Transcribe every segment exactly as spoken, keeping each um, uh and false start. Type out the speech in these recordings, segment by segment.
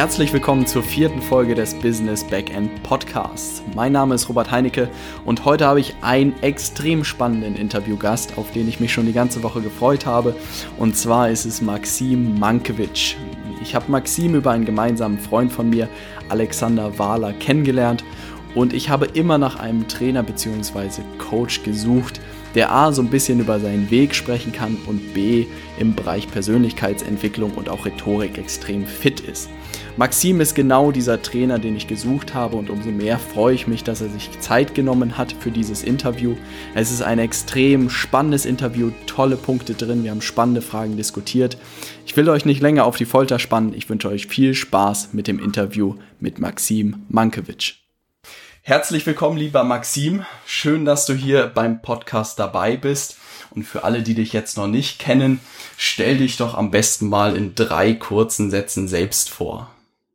Herzlich willkommen zur vierten Folge des Business Backend Podcasts. Mein Name ist Robert Heinecke und heute habe ich einen extrem spannenden Interviewgast, auf den ich mich schon die ganze Woche gefreut habe. Und zwar ist es Maxim Mankiewicz. Ich habe Maxim über einen gemeinsamen Freund von mir, Alexander Wahler, kennengelernt und ich habe immer nach einem Trainer bzw. Coach gesucht, der A, so ein bisschen über seinen Weg sprechen kann und B, im Bereich Persönlichkeitsentwicklung und auch Rhetorik extrem fit ist. Maxim ist genau dieser Trainer, den ich gesucht habe und umso mehr freue ich mich, dass er sich Zeit genommen hat für dieses Interview. Es ist ein extrem spannendes Interview, tolle Punkte drin, wir haben spannende Fragen diskutiert. Ich will euch nicht länger auf die Folter spannen, ich wünsche euch viel Spaß mit dem Interview mit Maxim Mankiewicz. Herzlich willkommen, lieber Maxim. Schön, dass du hier beim Podcast dabei bist. Und für alle, die dich jetzt noch nicht kennen, stell dich doch am besten mal in drei kurzen Sätzen selbst vor.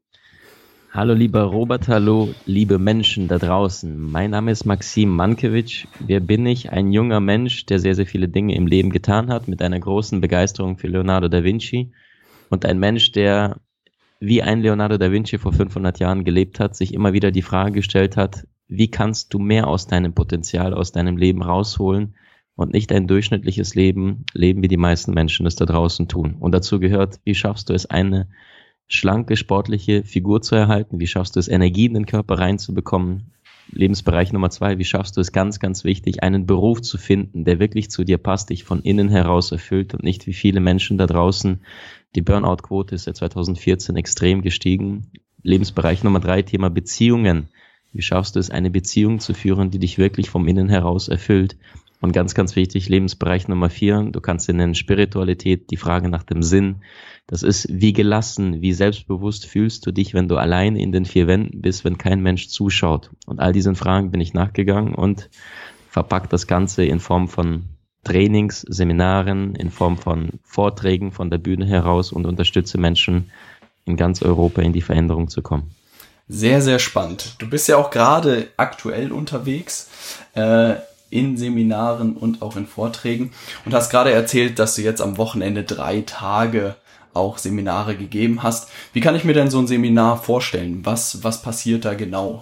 Hallo lieber Robert, hallo liebe Menschen da draußen. Mein Name ist Maxim Mankiewicz. Wer bin ich? Ein junger Mensch, der sehr, sehr viele Dinge im Leben getan hat, mit einer großen Begeisterung für Leonardo da Vinci. Und ein Mensch, der wie ein Leonardo da Vinci vor fünfhundert Jahren gelebt hat, sich immer wieder die Frage gestellt hat, wie kannst du mehr aus deinem Potenzial, aus deinem Leben rausholen und nicht ein durchschnittliches Leben leben, wie die meisten Menschen es da draußen tun. Und dazu gehört, wie schaffst du es, eine schlanke, sportliche Figur zu erhalten, wie schaffst du es, Energie in den Körper reinzubekommen. Lebensbereich Nummer zwei, wie schaffst du es, ganz, ganz wichtig, einen Beruf zu finden, der wirklich zu dir passt, dich von innen heraus erfüllt und nicht wie viele Menschen da draußen. Die Burnout-Quote ist seit zweitausendvierzehn extrem gestiegen. Lebensbereich Nummer drei, Thema Beziehungen. Wie schaffst du es, eine Beziehung zu führen, die dich wirklich vom Innen heraus erfüllt? Und ganz, ganz wichtig, Lebensbereich Nummer vier, du kannst ihn nennen Spiritualität, die Frage nach dem Sinn. Das ist, wie gelassen, wie selbstbewusst fühlst du dich, wenn du allein in den vier Wänden bist, wenn kein Mensch zuschaut. Und all diesen Fragen bin ich nachgegangen und verpackt das Ganze in Form von Trainings, Seminaren, in Form von Vorträgen von der Bühne heraus und unterstütze Menschen in ganz Europa in die Veränderung zu kommen. Sehr, sehr spannend. Du bist ja auch gerade aktuell unterwegs, äh, in Seminaren und auch in Vorträgen und hast gerade erzählt, dass du jetzt am Wochenende drei Tage auch Seminare gegeben hast. Wie kann ich mir denn so ein Seminar vorstellen? Was, was passiert da genau?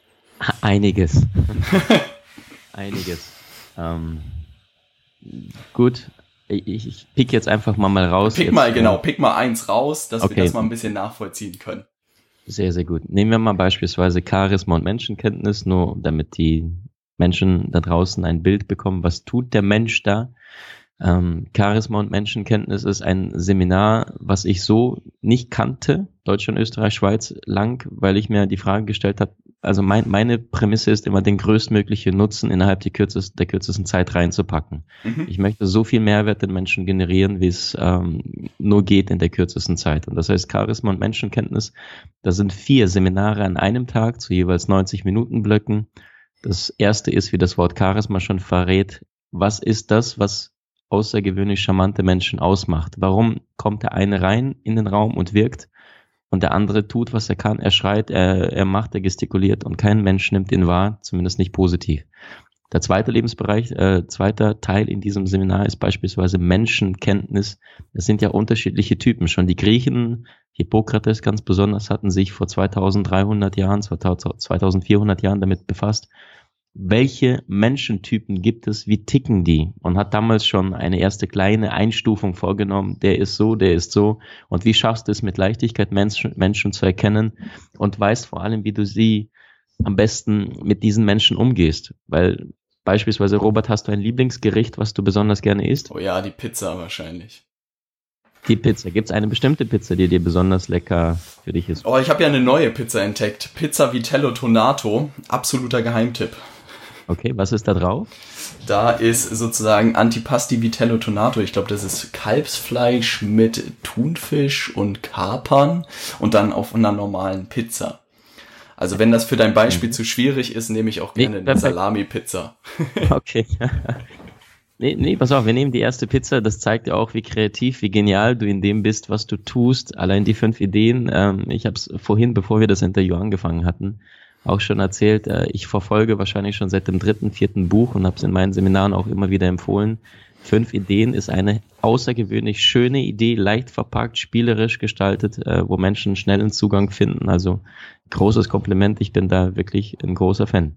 Einiges. Einiges. Ähm, gut, ich, ich pick jetzt einfach mal mal raus. Pick jetzt, mal, genau, pick mal eins raus, dass okay. wir das mal ein bisschen nachvollziehen können. Sehr, sehr gut. Nehmen wir mal beispielsweise Charisma und Menschenkenntnis, nur damit die Menschen da draußen ein Bild bekommen, was tut der Mensch da. Ähm, Charisma und Menschenkenntnis ist ein Seminar, was ich so nicht kannte, Deutschland, Österreich, Schweiz, lang, weil ich mir die Frage gestellt habe, also mein, meine Prämisse ist immer, den größtmöglichen Nutzen innerhalb der kürzesten, der kürzesten Zeit reinzupacken. Mhm. Ich möchte so viel Mehrwert den Menschen generieren, wie es ähm, nur geht in der kürzesten Zeit. Und das heißt, Charisma und Menschenkenntnis, das sind vier Seminare an einem Tag zu jeweils neunzig Minuten Blöcken. Das erste ist, wie das Wort Charisma schon verrät, was ist das, was außergewöhnlich charmante Menschen ausmacht? Warum kommt der eine rein in den Raum und wirkt und der andere tut, was er kann, er schreit, er, er macht, er gestikuliert und kein Mensch nimmt ihn wahr, zumindest nicht positiv. Der zweite Lebensbereich, äh, zweiter Teil in diesem Seminar ist beispielsweise Menschenkenntnis. Es sind ja unterschiedliche Typen. Schon die Griechen, Hippokrates ganz besonders, hatten sich vor zweitausenddreihundert Jahren, zweitausendvierhundert Jahren damit befasst, welche Menschentypen gibt es, wie ticken die? Und hat damals schon eine erste kleine Einstufung vorgenommen, der ist so, der ist so. Und wie schaffst du es mit Leichtigkeit, Menschen, Menschen zu erkennen und weißt vor allem, wie du sie am besten mit diesen Menschen umgehst? Weil beispielsweise, Robert, hast du ein Lieblingsgericht, was du besonders gerne isst? Oh ja, die Pizza wahrscheinlich. Die Pizza. Gibt es eine bestimmte Pizza, die dir besonders lecker für dich ist? Oh, ich habe ja eine neue Pizza entdeckt. Pizza Vitello Tonato. Absoluter Geheimtipp. Okay, was ist da drauf? Da ist sozusagen Antipasti Vitello Tonato. Ich glaube, das ist Kalbsfleisch mit Thunfisch und Kapern und dann auf einer normalen Pizza. Also wenn das für dein Beispiel mhm. zu schwierig ist, nehme ich auch gerne nee, eine Salami-Pizza. Okay. Nee, nee, pass auf, wir nehmen die erste Pizza, das zeigt ja auch, wie kreativ, wie genial du in dem bist, was du tust. Allein die fünf Ideen, ähm, ich habe es vorhin, bevor wir das Interview angefangen hatten, auch schon erzählt, äh, ich verfolge wahrscheinlich schon seit dem dritten, vierten Buch und habe es in meinen Seminaren auch immer wieder empfohlen, Fünf Ideen ist eine außergewöhnlich schöne Idee, leicht verpackt, spielerisch gestaltet, äh, wo Menschen schnellen Zugang finden. Also großes Kompliment, ich bin da wirklich ein großer Fan.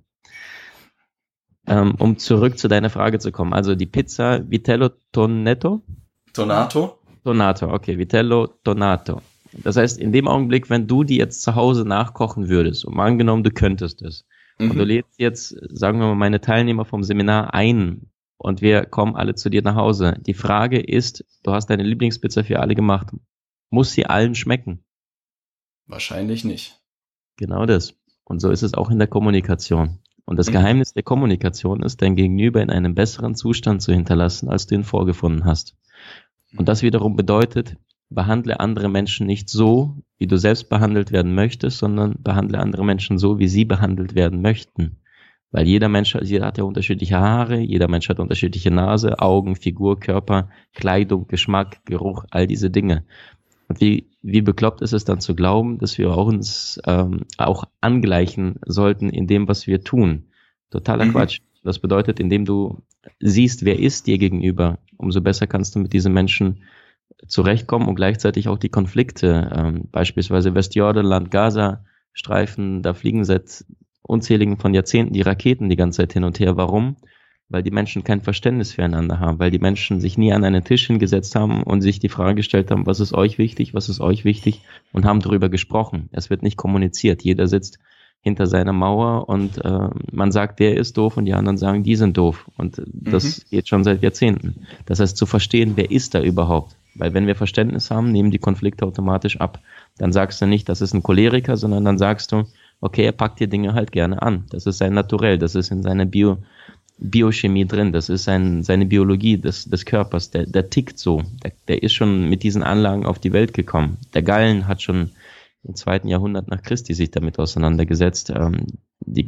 Ähm, um zurück zu deiner Frage zu kommen, also die Pizza Vitello Tonato? Tonato? Tonato, okay, Vitello Tonato. Das heißt, in dem Augenblick, wenn du die jetzt zu Hause nachkochen würdest, und mal angenommen, du könntest es, mhm. und du lädst jetzt, sagen wir mal, meine Teilnehmer vom Seminar ein, und wir kommen alle zu dir nach Hause. Die Frage ist, du hast deine Lieblingspizza für alle gemacht. Muss sie allen schmecken? Wahrscheinlich nicht. Genau das. Und so ist es auch in der Kommunikation. Und das mhm. Geheimnis der Kommunikation ist, dein Gegenüber in einem besseren Zustand zu hinterlassen, als du ihn vorgefunden hast. Und das wiederum bedeutet, behandle andere Menschen nicht so, wie du selbst behandelt werden möchtest, sondern behandle andere Menschen so, wie sie behandelt werden möchten. Weil jeder Mensch, jeder hat ja unterschiedliche Haare, jeder Mensch hat unterschiedliche Nase, Augen, Figur, Körper, Kleidung, Geschmack, Geruch, all diese Dinge. Und wie, wie bekloppt ist es dann zu glauben, dass wir auch uns ähm, auch angleichen sollten in dem, was wir tun? Totaler mhm. Quatsch. Das bedeutet, indem du siehst, wer ist dir gegenüber, umso besser kannst du mit diesen Menschen zurechtkommen und gleichzeitig auch die Konflikte, ähm, beispielsweise Westjordanland, Gaza-Streifen, da fliegen seit unzähligen von Jahrzehnten die Raketen die ganze Zeit hin und her. Warum? Weil die Menschen kein Verständnis füreinander haben, weil die Menschen sich nie an einen Tisch hingesetzt haben und sich die Frage gestellt haben, was ist euch wichtig, was ist euch wichtig, und haben darüber gesprochen. Es wird nicht kommuniziert. Jeder sitzt hinter seiner Mauer und äh, man sagt, der ist doof, und die anderen sagen, die sind doof. Und das mhm. geht schon seit Jahrzehnten. Das heißt, zu verstehen, wer ist da überhaupt? Weil wenn wir Verständnis haben, nehmen die Konflikte automatisch ab. Dann sagst du nicht, das ist ein Choleriker, sondern dann sagst du, okay, er packt die Dinge halt gerne an. Das ist sein Naturell, das ist in seiner Bio, Biochemie drin, das ist sein, seine Biologie des, des Körpers, der, der tickt so. Der, der ist schon mit diesen Anlagen auf die Welt gekommen. Der Gallen hat schon im zweiten Jahrhundert nach Christi sich damit auseinandergesetzt. Ähm, die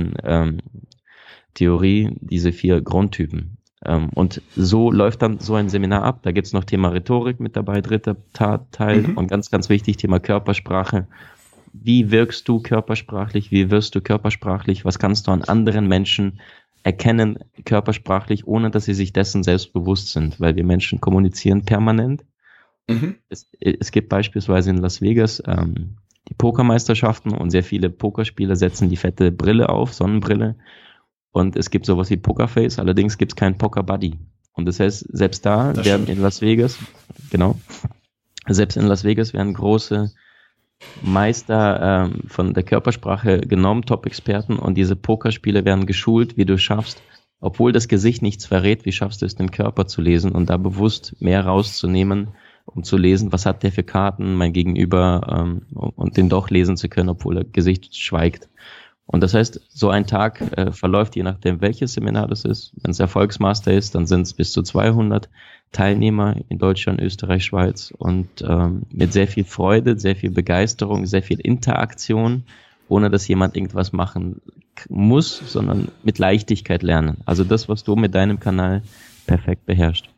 Gallen-Theorie, ähm, diese vier Grundtypen. Ähm, und so läuft dann so ein Seminar ab. Da gibt's noch Thema Rhetorik mit dabei, dritter Teil, mhm. und ganz, ganz wichtig, Thema Körpersprache. Wie wirkst du körpersprachlich? Wie wirst du körpersprachlich? Was kannst du an anderen Menschen erkennen körpersprachlich, ohne dass sie sich dessen selbst bewusst sind? Weil wir Menschen kommunizieren permanent. Mhm. Es, es gibt beispielsweise in Las Vegas ähm, die Pokermeisterschaften, und sehr viele Pokerspieler setzen die fette Brille auf, Sonnenbrille. Und es gibt sowas wie Pokerface, allerdings gibt es keinen Poker-Buddy. Und das heißt, selbst da das werden stimmt. in Las Vegas, genau, selbst in Las Vegas werden große Meister ähm, von der Körpersprache genommen, Top-Experten, und diese Pokerspiele werden geschult, wie du schaffst, obwohl das Gesicht nichts verrät, wie schaffst du es, den Körper zu lesen und da bewusst mehr rauszunehmen, um zu lesen, was hat der für Karten, mein Gegenüber, ähm, und den doch lesen zu können, obwohl das Gesicht schweigt. Und das heißt, so ein Tag äh, verläuft, je nachdem, welches Seminar das ist. Wenn es Erfolgsmaster ist, dann sind es bis zu zweihundert Teilnehmer in Deutschland, Österreich, Schweiz, und ähm, mit sehr viel Freude, sehr viel Begeisterung, sehr viel Interaktion, ohne dass jemand irgendwas machen muss, sondern mit Leichtigkeit lernen. Also das, was du mit deinem Kanal perfekt beherrschst.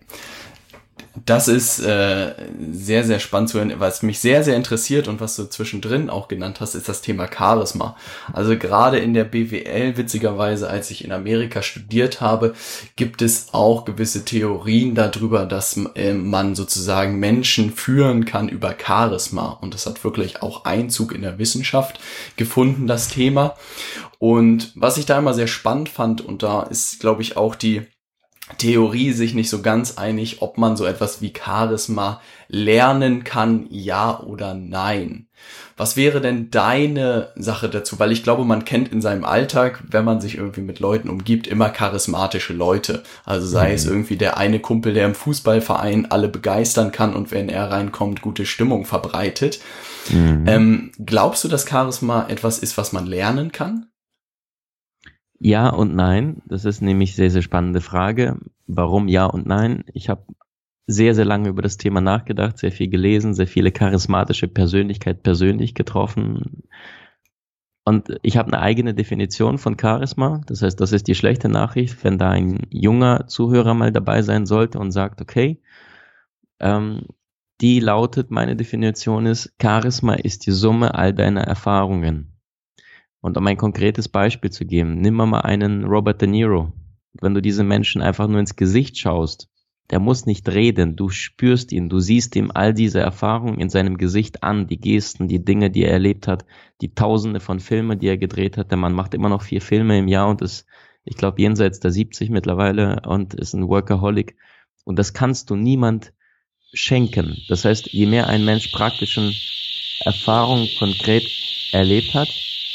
Das ist äh, sehr, sehr spannend zu hören. Was mich sehr, sehr interessiert und was du zwischendrin auch genannt hast, ist das Thema Charisma. Also gerade in der B W L, witzigerweise, als ich in Amerika studiert habe, gibt es auch gewisse Theorien darüber, dass äh, man sozusagen Menschen führen kann über Charisma. Und das hat wirklich auch Einzug in der Wissenschaft gefunden, das Thema. Und was ich da immer sehr spannend fand, und da ist, glaube ich, auch die Theorie sich nicht so ganz einig, ob man so etwas wie Charisma lernen kann, ja oder nein. Was wäre denn deine Sache dazu? Weil ich glaube, man kennt in seinem Alltag, wenn man sich irgendwie mit Leuten umgibt, immer charismatische Leute. Also sei mhm. es irgendwie der eine Kumpel, der im Fußballverein alle begeistern kann und wenn er reinkommt, gute Stimmung verbreitet. Mhm. Ähm, glaubst du, dass Charisma etwas ist, was man lernen kann? Ja und nein, das ist nämlich eine sehr, sehr spannende Frage. Warum ja und nein? Ich habe sehr, sehr lange über das Thema nachgedacht, sehr viel gelesen, sehr viele charismatische Persönlichkeiten persönlich getroffen. Und ich habe eine eigene Definition von Charisma. Das heißt, das ist die schlechte Nachricht, wenn da ein junger Zuhörer mal dabei sein sollte und sagt, okay, ähm, die lautet, meine Definition ist, Charisma ist die Summe all deiner Erfahrungen. Und um ein konkretes Beispiel zu geben, nimm mal einen Robert De Niro. Wenn du diesen Menschen einfach nur ins Gesicht schaust, der muss nicht reden, du spürst ihn, du siehst ihm all diese Erfahrungen in seinem Gesicht an, die Gesten, die Dinge, die er erlebt hat, die Tausende von Filmen, die er gedreht hat. Der Mann macht immer noch vier Filme im Jahr und ist, ich glaube, jenseits der siebzig mittlerweile und ist ein Workaholic. Und das kannst du niemand schenken. Das heißt, je mehr ein Mensch praktischen Erfahrungen konkret erlebt hat,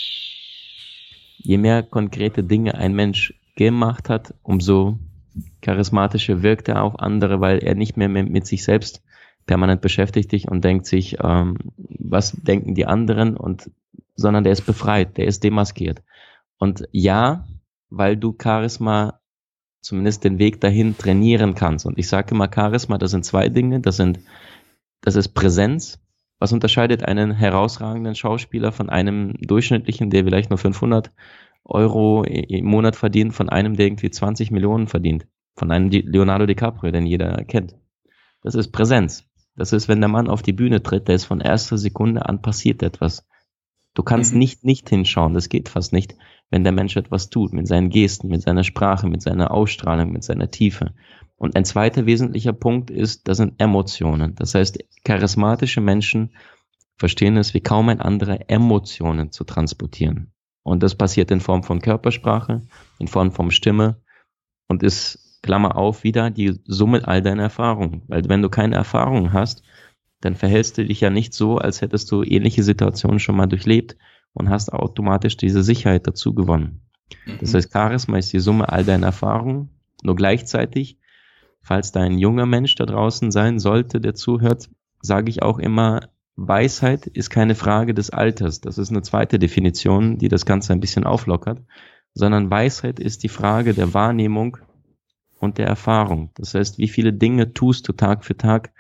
je mehr konkrete Dinge ein Mensch gemacht hat, umso charismatischer wirkt er auf andere, weil er nicht mehr mit sich selbst permanent beschäftigt sich und denkt sich, ähm, was denken die anderen, und sondern der ist befreit, der ist demaskiert. Und ja, weil du Charisma, zumindest den Weg dahin, trainieren kannst. Und ich sage immer, Charisma, das sind zwei Dinge, das sind, das ist Präsenz. Was unterscheidet einen herausragenden Schauspieler von einem durchschnittlichen, der vielleicht nur fünfhundert Euro im Monat verdient, von einem, der irgendwie zwanzig Millionen verdient, von einem Leonardo DiCaprio, den jeder kennt? Das ist Präsenz. Das ist, wenn der Mann auf die Bühne tritt, der ist von erster Sekunde an passiert etwas. Du kannst mhm. nicht nicht hinschauen, das geht fast nicht, wenn der Mensch etwas tut, mit seinen Gesten, mit seiner Sprache, mit seiner Ausstrahlung, mit seiner Tiefe. Und ein zweiter wesentlicher Punkt ist, das sind Emotionen. Das heißt, charismatische Menschen verstehen es wie kaum ein anderer, Emotionen zu transportieren. Und das passiert in Form von Körpersprache, in Form von Stimme und ist, Klammer auf, wieder die Summe all deiner Erfahrungen. Weil wenn du keine Erfahrungen hast, dann verhältst du dich ja nicht so, als hättest du ähnliche Situationen schon mal durchlebt und hast automatisch diese Sicherheit dazu gewonnen. Mhm. Das heißt, Charisma ist die Summe all deiner Erfahrungen, nur gleichzeitig, falls da ein junger Mensch da draußen sein sollte, der zuhört, sage ich auch immer, Weisheit ist keine Frage des Alters. Das ist eine zweite Definition, die das Ganze ein bisschen auflockert, sondern Weisheit ist die Frage der Wahrnehmung und der Erfahrung. Das heißt, wie viele Dinge tust du Tag für Tag,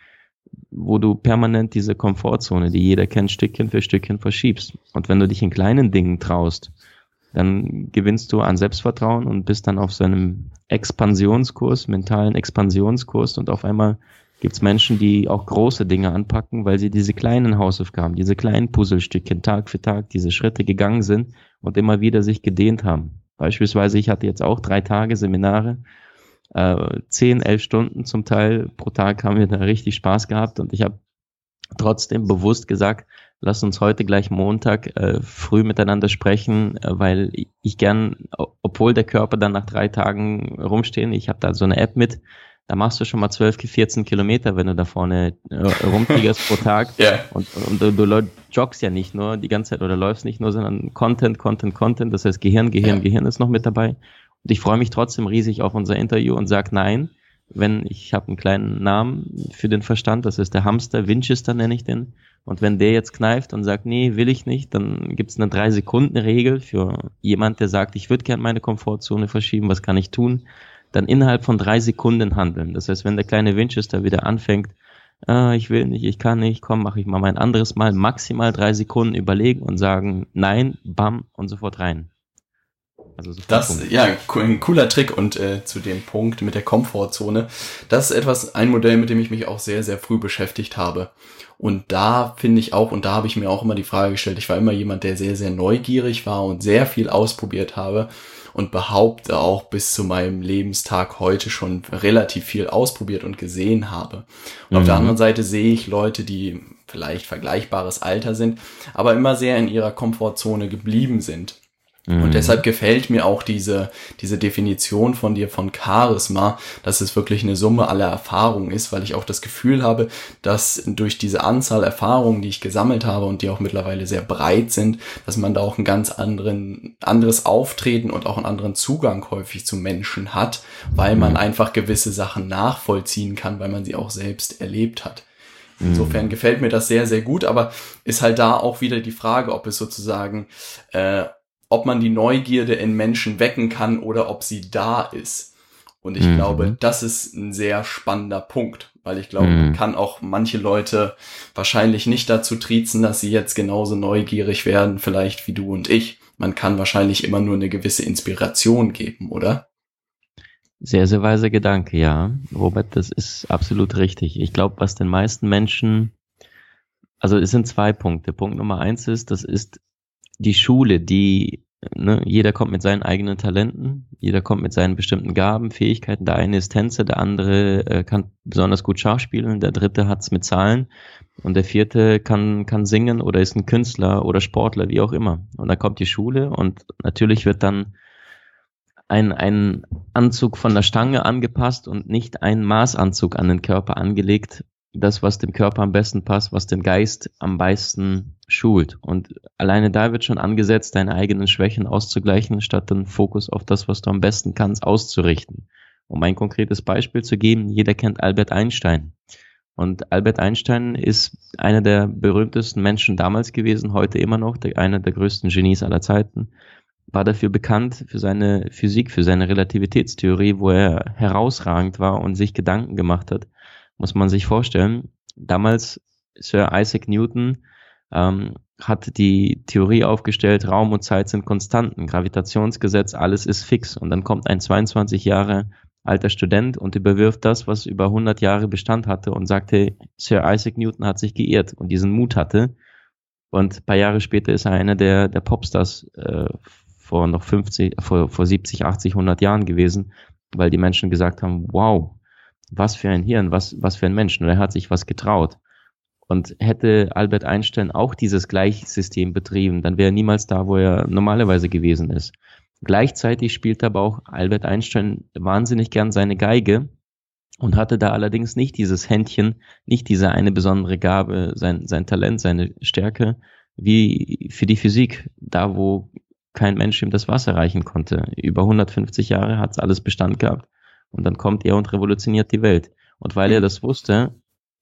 wo du permanent diese Komfortzone, die jeder kennt, Stückchen für Stückchen verschiebst. Und wenn du dich in kleinen Dingen traust, dann gewinnst du an Selbstvertrauen und bist dann auf so einem Expansionskurs, mentalen Expansionskurs, und auf einmal gibt es Menschen, die auch große Dinge anpacken, weil sie diese kleinen Hausaufgaben, diese kleinen Puzzlestückchen Tag für Tag, diese Schritte gegangen sind und immer wieder sich gedehnt haben. Beispielsweise, ich hatte jetzt auch drei Tage Seminare, äh, zehn, elf Stunden zum Teil pro Tag, haben wir da richtig Spaß gehabt, und ich habe trotzdem bewusst gesagt, lass uns heute gleich Montag äh, früh miteinander sprechen, äh, weil ich gern, obwohl der Körper dann nach drei Tagen rumstehen, ich habe da so eine App mit, da machst du schon mal zwölf, vierzehn Kilometer, wenn du da vorne äh, rumfliegerst pro Tag. Yeah. Und, und du, du joggst ja nicht nur die ganze Zeit oder läufst nicht nur, sondern Content, Content, Content. Das heißt, Gehirn, Gehirn, yeah. Gehirn ist noch mit dabei. Und ich freue mich trotzdem riesig auf unser Interview und sag nein, wenn ich habe einen kleinen Namen für den Verstand, das ist der Hamster, Winchester nenne ich den. Und wenn der jetzt kneift und sagt, nee, will ich nicht, dann gibt es eine drei Sekunden Regel für jemand, der sagt, ich würde gerne meine Komfortzone verschieben, was kann ich tun? Dann innerhalb von drei Sekunden handeln. Das heißt, wenn der kleine Winchester wieder anfängt, ah, ich will nicht, ich kann nicht, komm, mache ich mal mein anderes Mal, maximal drei Sekunden überlegen und sagen, nein, bam, und sofort rein. Also sofort das, Punkt. Ja, ein cooler Trick. Und äh, zu dem Punkt mit der Komfortzone, das ist etwas, ein Modell, mit dem ich mich auch sehr, sehr früh beschäftigt habe. Und da finde ich auch, und da habe ich mir auch immer die Frage gestellt, ich war immer jemand, der sehr, sehr neugierig war und sehr viel ausprobiert habe, und behaupte auch bis zu meinem Lebenstag heute schon relativ viel ausprobiert und gesehen habe. Und mhm. auf der anderen Seite sehe ich Leute, die vielleicht vergleichbares Alter sind, aber immer sehr in ihrer Komfortzone geblieben sind. Mhm. Und deshalb gefällt mir auch diese diese Definition von dir von Charisma, dass es wirklich eine Summe aller Erfahrungen ist, weil ich auch das Gefühl habe, dass durch diese Anzahl Erfahrungen, die ich gesammelt habe und die auch mittlerweile sehr breit sind, dass man da auch ein ganz anderen anderes Auftreten und auch einen anderen Zugang häufig zu Menschen hat, weil man einfach gewisse Sachen nachvollziehen kann, weil man sie auch selbst erlebt hat. Insofern gefällt mir das sehr, sehr gut, aber ist halt da auch wieder die Frage, ob es sozusagen äh, ob man die Neugierde in Menschen wecken kann oder ob sie da ist. Und ich mhm. glaube, das ist ein sehr spannender Punkt, weil ich glaube, mhm. man kann auch manche Leute wahrscheinlich nicht dazu triezen, dass sie jetzt genauso neugierig werden, vielleicht wie du und ich. Man kann wahrscheinlich immer nur eine gewisse Inspiration geben, oder? Sehr, sehr weiser Gedanke, ja. Robert, das ist absolut richtig. Ich glaube, was den meisten Menschen, also es sind zwei Punkte. Punkt Nummer eins ist, das ist die Schule, die ne, jeder kommt mit seinen eigenen Talenten, jeder kommt mit seinen bestimmten Gaben, Fähigkeiten. Der eine ist Tänzer, der andere äh, kann besonders gut Schach spielen, der dritte hat's mit Zahlen und der vierte kann kann singen oder ist ein Künstler oder Sportler, wie auch immer. Und dann kommt die Schule und natürlich wird dann ein, ein Anzug von der Stange angepasst und nicht ein Maßanzug an den Körper angelegt. Das, was dem Körper am besten passt, was den Geist am meisten schult. Und alleine da wird schon angesetzt, deine eigenen Schwächen auszugleichen, statt den Fokus auf das, was du am besten kannst, auszurichten. Um ein konkretes Beispiel zu geben, jeder kennt Albert Einstein. Und Albert Einstein ist einer der berühmtesten Menschen damals gewesen, heute immer noch, der, einer der größten Genies aller Zeiten, war dafür bekannt für seine Physik, für seine Relativitätstheorie, wo er herausragend war und sich Gedanken gemacht hat. Muss man sich vorstellen, damals Sir Isaac Newton ähm, hat die Theorie aufgestellt, Raum und Zeit sind Konstanten, Gravitationsgesetz, alles ist fix. Und dann kommt ein zweiundzwanzig Jahre alter Student und überwirft das, was über hundert Jahre Bestand hatte und sagte, Sir Isaac Newton hat sich geirrt und diesen Mut hatte. Und ein paar Jahre später ist er einer der, der Popstars äh, vor noch fünfzig, vor, vor siebzig, achtzig, hundert Jahren gewesen, weil die Menschen gesagt haben, wow, was für ein Hirn, was, was für ein Mensch. Und er hat sich was getraut. Und hätte Albert Einstein auch dieses Gleichsystem betrieben, dann wäre er niemals da, wo er normalerweise gewesen ist. Gleichzeitig spielt aber auch Albert Einstein wahnsinnig gern seine Geige und hatte da allerdings nicht dieses Händchen, nicht diese eine besondere Gabe, sein, sein Talent, seine Stärke, wie für die Physik, da wo kein Mensch ihm das Wasser reichen konnte. Über hundertfünfzig Jahre hat es alles Bestand gehabt. Und dann kommt er und revolutioniert die Welt. Und weil er das wusste,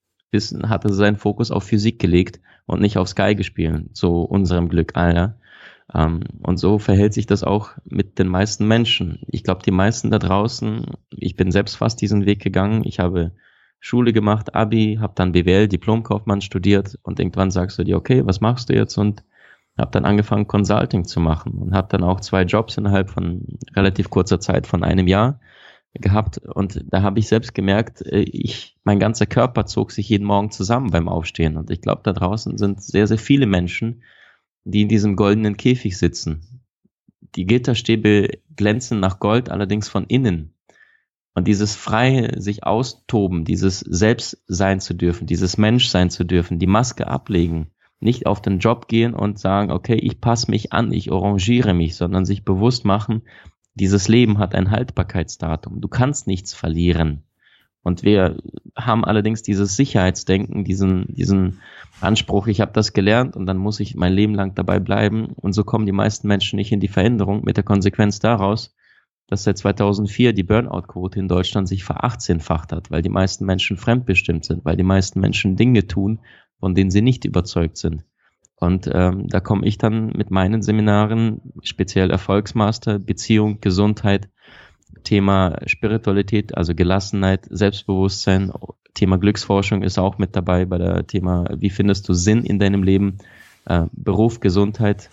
hat er seinen Fokus auf Physik gelegt und nicht aufs Geigespielen, zu unserem Glück aller. Und so verhält sich das auch mit den meisten Menschen. Ich glaube, die meisten da draußen, ich bin selbst fast diesen Weg gegangen. Ich habe Schule gemacht, Abi, habe dann B W L, Diplomkaufmann studiert und irgendwann sagst du dir, okay, was machst du jetzt? Und habe dann angefangen, Consulting zu machen und habe dann auch zwei Jobs innerhalb von relativ kurzer Zeit von einem Jahr gehabt und da habe ich selbst gemerkt, ich, mein ganzer Körper zog sich jeden Morgen zusammen beim Aufstehen und ich glaube, da draußen sind sehr, sehr viele Menschen, die in diesem goldenen Käfig sitzen. Die Gitterstäbe glänzen nach Gold, allerdings von innen. Und dieses freie sich austoben, dieses Selbst sein zu dürfen, dieses Mensch sein zu dürfen, die Maske ablegen, nicht auf den Job gehen und sagen, okay, ich passe mich an, ich arrangiere mich, sondern sich bewusst machen, dieses Leben hat ein Haltbarkeitsdatum. Du kannst nichts verlieren. Und wir haben allerdings dieses Sicherheitsdenken, diesen, diesen Anspruch, ich habe das gelernt und dann muss ich mein Leben lang dabei bleiben. Und so kommen die meisten Menschen nicht in die Veränderung mit der Konsequenz daraus, dass seit zweitausendvier die Burnout-Quote in Deutschland sich verachtzehnfacht hat, weil die meisten Menschen fremdbestimmt sind, weil die meisten Menschen Dinge tun, von denen sie nicht überzeugt sind. Und ähm, da komme ich dann mit meinen Seminaren, speziell Erfolgsmaster, Beziehung, Gesundheit, Thema Spiritualität, also Gelassenheit, Selbstbewusstsein, Thema Glücksforschung ist auch mit dabei bei der Thema, wie findest du Sinn in deinem Leben, äh, Beruf, Gesundheit,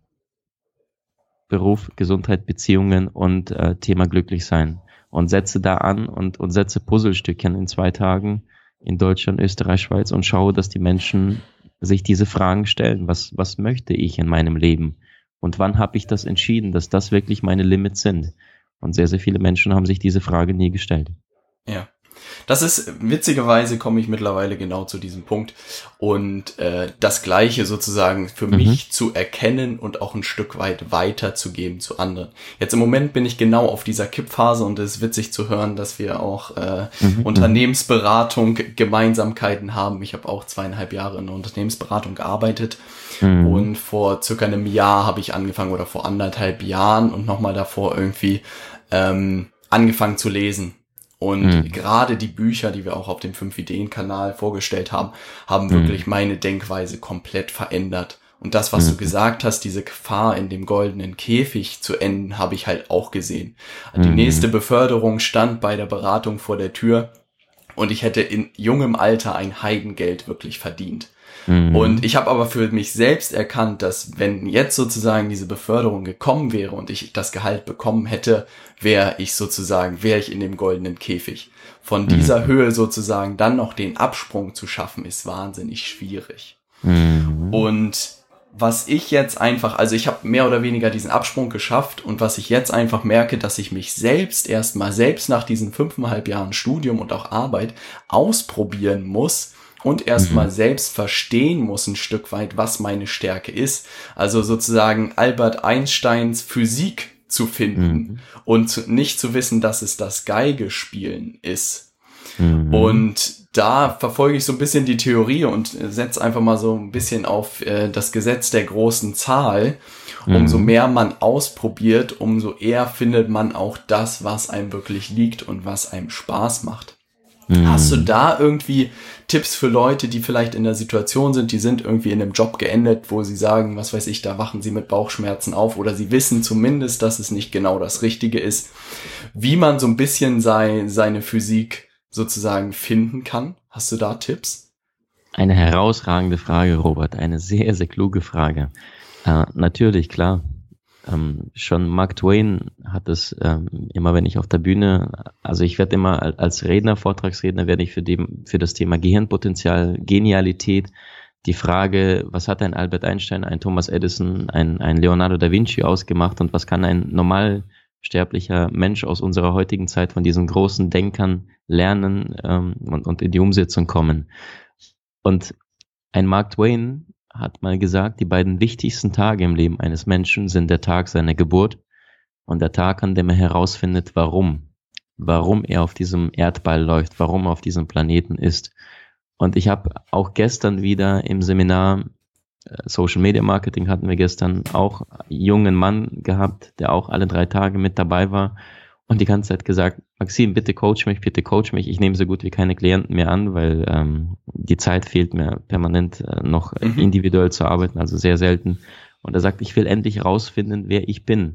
Beruf, Gesundheit, Beziehungen und äh, Thema Glücklichsein. Und setze da an und, und setze Puzzlestückchen in zwei Tagen in Deutschland, Österreich, Schweiz und schaue, dass die Menschen sich diese Fragen stellen. Was, was möchte ich in meinem Leben? Und wann habe ich das entschieden, dass das wirklich meine Limits sind? Und sehr, sehr viele Menschen haben sich diese Frage nie gestellt. Ja, das ist, witzigerweise komme ich mittlerweile genau zu diesem Punkt. Und äh, das Gleiche sozusagen für mhm. mich zu erkennen und auch ein Stück weit weiterzugeben zu anderen. Jetzt im Moment bin ich genau auf dieser Kippphase und es ist witzig zu hören, dass wir auch äh, mhm. Unternehmensberatung, Gemeinsamkeiten haben. Ich habe auch zweieinhalb Jahre in der Unternehmensberatung gearbeitet. Mhm. Und vor circa einem Jahr habe ich angefangen oder vor anderthalb Jahren und nochmal davor irgendwie ähm, angefangen zu lesen. Und mhm. gerade die Bücher, die wir auch auf dem fünf Ideen Kanal vorgestellt haben, haben mhm. wirklich meine Denkweise komplett verändert. Und das, was mhm. du gesagt hast, diese Gefahr in dem goldenen Käfig zu enden, habe ich halt auch gesehen. Die mhm. nächste Beförderung stand bei der Beratung vor der Tür und ich hätte in jungem Alter ein Heidengeld wirklich verdient. Mhm. Und ich habe aber für mich selbst erkannt, dass wenn jetzt sozusagen diese Beförderung gekommen wäre und ich das Gehalt bekommen hätte, wäre ich sozusagen, wäre ich in dem goldenen Käfig. Von dieser mhm. Höhe sozusagen dann noch den Absprung zu schaffen, ist wahnsinnig schwierig. Mhm. Und was ich jetzt einfach, also ich habe mehr oder weniger diesen Absprung geschafft und was ich jetzt einfach merke, dass ich mich selbst erstmal, selbst nach diesen fünfeinhalb Jahren Studium und auch Arbeit ausprobieren muss und erstmal mhm. selbst verstehen muss ein Stück weit, was meine Stärke ist. Also sozusagen Albert Einsteins Physik zu finden mhm. und nicht zu wissen, dass es das Geigespielen ist. Mhm. Und da verfolge ich so ein bisschen die Theorie und setze einfach mal so ein bisschen auf äh, das Gesetz der großen Zahl. Umso mhm. mehr man ausprobiert, umso eher findet man auch das, was einem wirklich liegt und was einem Spaß macht. Mhm. Hast du da irgendwie Tipps für Leute, die vielleicht in der Situation sind, die sind irgendwie in einem Job geendet, wo sie sagen, was weiß ich, da wachen sie mit Bauchschmerzen auf oder sie wissen zumindest, dass es nicht genau das Richtige ist, wie man so ein bisschen sei, seine Physik sozusagen finden kann? Hast du da Tipps? Eine herausragende Frage, Robert. Eine sehr, sehr kluge Frage. Äh, natürlich, klar. Ähm, schon Mark Twain hat es ähm, immer, wenn ich auf der Bühne, also ich werde immer als Redner, Vortragsredner, werde ich für, dem, für das Thema Gehirnpotenzial, Genialität, die Frage, was hat ein Albert Einstein, ein Thomas Edison, ein, ein Leonardo da Vinci ausgemacht und was kann ein normal sterblicher Mensch aus unserer heutigen Zeit von diesen großen Denkern lernen ähm, und, und in die Umsetzung kommen. Und ein Mark Twain hat mal gesagt, die beiden wichtigsten Tage im Leben eines Menschen sind der Tag seiner Geburt und der Tag, an dem er herausfindet, warum. Warum er auf diesem Erdball läuft, warum er auf diesem Planeten ist. Und ich habe auch gestern wieder im Seminar Social Media Marketing hatten wir gestern auch einen jungen Mann gehabt, der auch alle drei Tage mit dabei war und die ganze Zeit gesagt, Maxim, bitte coach mich, bitte coach mich. Ich nehme so gut wie keine Klienten mehr an, weil ähm, die Zeit fehlt mir permanent äh, noch mhm. individuell zu arbeiten, also sehr selten. Und er sagt, ich will endlich rausfinden, wer ich bin.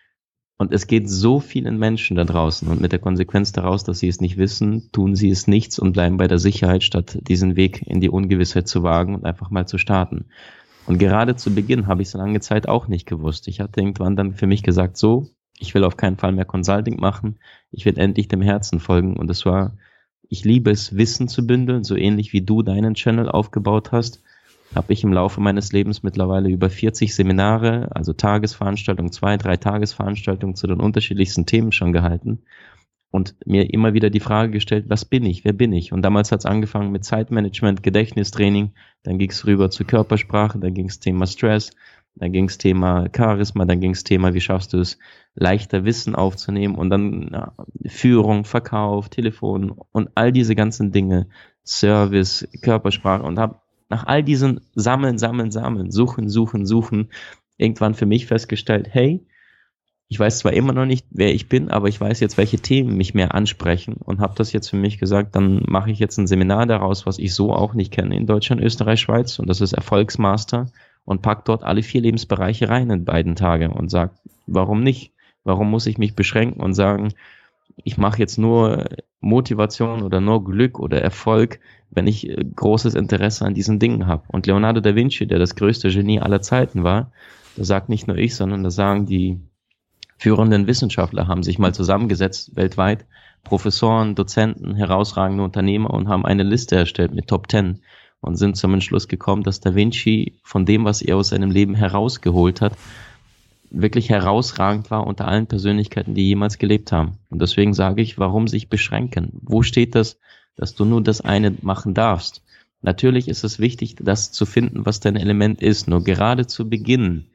Und es geht so vielen Menschen da draußen und mit der Konsequenz daraus, dass sie es nicht wissen, tun sie es nichts und bleiben bei der Sicherheit, statt diesen Weg in die Ungewissheit zu wagen und einfach mal zu starten. Und gerade zu Beginn habe ich es lange Zeit auch nicht gewusst. Ich hatte irgendwann dann für mich gesagt, so, ich will auf keinen Fall mehr Consulting machen, ich will endlich dem Herzen folgen. Und es war, ich liebe es, Wissen zu bündeln, so ähnlich wie du deinen Channel aufgebaut hast, habe ich im Laufe meines Lebens mittlerweile über vierzig Seminare, also Tagesveranstaltungen, zwei, drei Tagesveranstaltungen zu den unterschiedlichsten Themen schon gehalten und mir immer wieder die Frage gestellt, was bin ich, wer bin ich? Und damals hat es angefangen mit Zeitmanagement, Gedächtnistraining, dann ging es rüber zur Körpersprache, dann ging es Thema Stress, dann ging es Thema Charisma, dann ging es Thema, wie schaffst du es, leichter Wissen aufzunehmen und dann ja, Führung, Verkauf, Telefon und all diese ganzen Dinge, Service, Körpersprache und habe nach all diesen Sammeln, Sammeln, Sammeln, Suchen, Suchen, Suchen, irgendwann für mich festgestellt, hey, ich weiß zwar immer noch nicht, wer ich bin, aber ich weiß jetzt, welche Themen mich mehr ansprechen und habe das jetzt für mich gesagt, dann mache ich jetzt ein Seminar daraus, was ich so auch nicht kenne in Deutschland, Österreich, Schweiz und das ist Erfolgsmaster und pack dort alle vier Lebensbereiche rein in beiden Tagen und sag, warum nicht? Warum muss ich mich beschränken und sagen, ich mache jetzt nur Motivation oder nur Glück oder Erfolg, wenn ich großes Interesse an diesen Dingen habe. Und Leonardo da Vinci, der das größte Genie aller Zeiten war, das sagt nicht nur ich, sondern das sagen die führenden Wissenschaftler, haben sich mal zusammengesetzt weltweit, Professoren, Dozenten, herausragende Unternehmer und haben eine Liste erstellt mit Top Ten und sind zum Entschluss gekommen, dass Da Vinci von dem, was er aus seinem Leben herausgeholt hat, wirklich herausragend war unter allen Persönlichkeiten, die jemals gelebt haben. Und deswegen sage ich, warum sich beschränken? Wo steht das, dass du nur das eine machen darfst? Natürlich ist es wichtig, das zu finden, was dein Element ist. Nur gerade zu Beginn,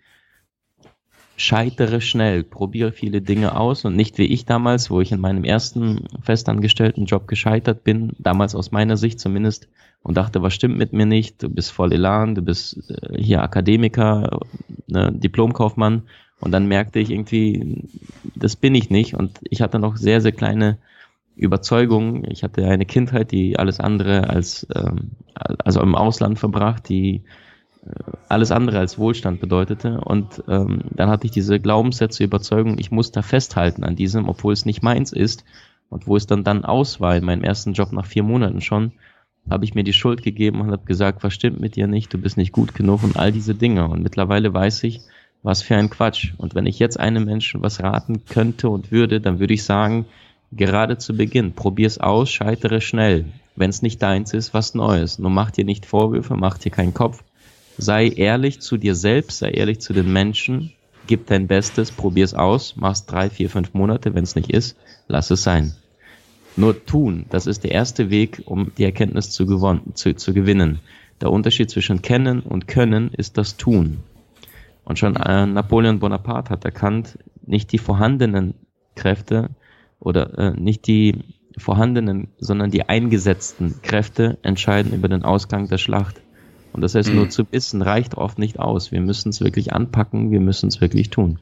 scheitere schnell, probiere viele Dinge aus und nicht wie ich damals, wo ich in meinem ersten festangestellten Job gescheitert bin, damals aus meiner Sicht zumindest, und dachte, was stimmt mit mir nicht? Du bist voll Elan, du bist äh, hier Akademiker, ne, Diplomkaufmann. Und dann merkte ich irgendwie, das bin ich nicht. Und ich hatte noch sehr, sehr kleine Überzeugungen. Ich hatte eine Kindheit, die alles andere als, ähm, also im Ausland verbracht, die äh, alles andere als Wohlstand bedeutete. Und ähm, dann hatte ich diese Glaubenssätze, Überzeugungen, ich muss da festhalten an diesem, obwohl es nicht meins ist. Und wo es dann dann aus war, in meinem ersten Job nach vier Monaten schon, habe ich mir die Schuld gegeben und habe gesagt, was stimmt mit dir nicht, du bist nicht gut genug und all diese Dinge. Und mittlerweile weiß ich, was für ein Quatsch. Und wenn ich jetzt einem Menschen was raten könnte und würde, dann würde ich sagen, gerade zu Beginn, probier's aus, scheitere schnell. Wenn es nicht deins ist, was Neues. Nur mach dir nicht Vorwürfe, mach dir keinen Kopf. sei ehrlich zu dir selbst, sei ehrlich zu den Menschen, gib dein Bestes, probier's aus, mach's drei, vier, fünf Monate, wenn es nicht ist, lass es sein. Nur tun, das ist der erste Weg, um die Erkenntnis zu, gewon- zu, zu gewinnen. Der Unterschied zwischen Kennen und Können ist das Tun. Und schon äh, Napoleon Bonaparte hat erkannt, nicht die vorhandenen Kräfte oder äh, nicht die vorhandenen, sondern die eingesetzten Kräfte entscheiden über den Ausgang der Schlacht. Und das heißt, mhm. nur zu wissen reicht oft nicht aus. Wir müssen es wirklich anpacken, wir müssen es wirklich tun.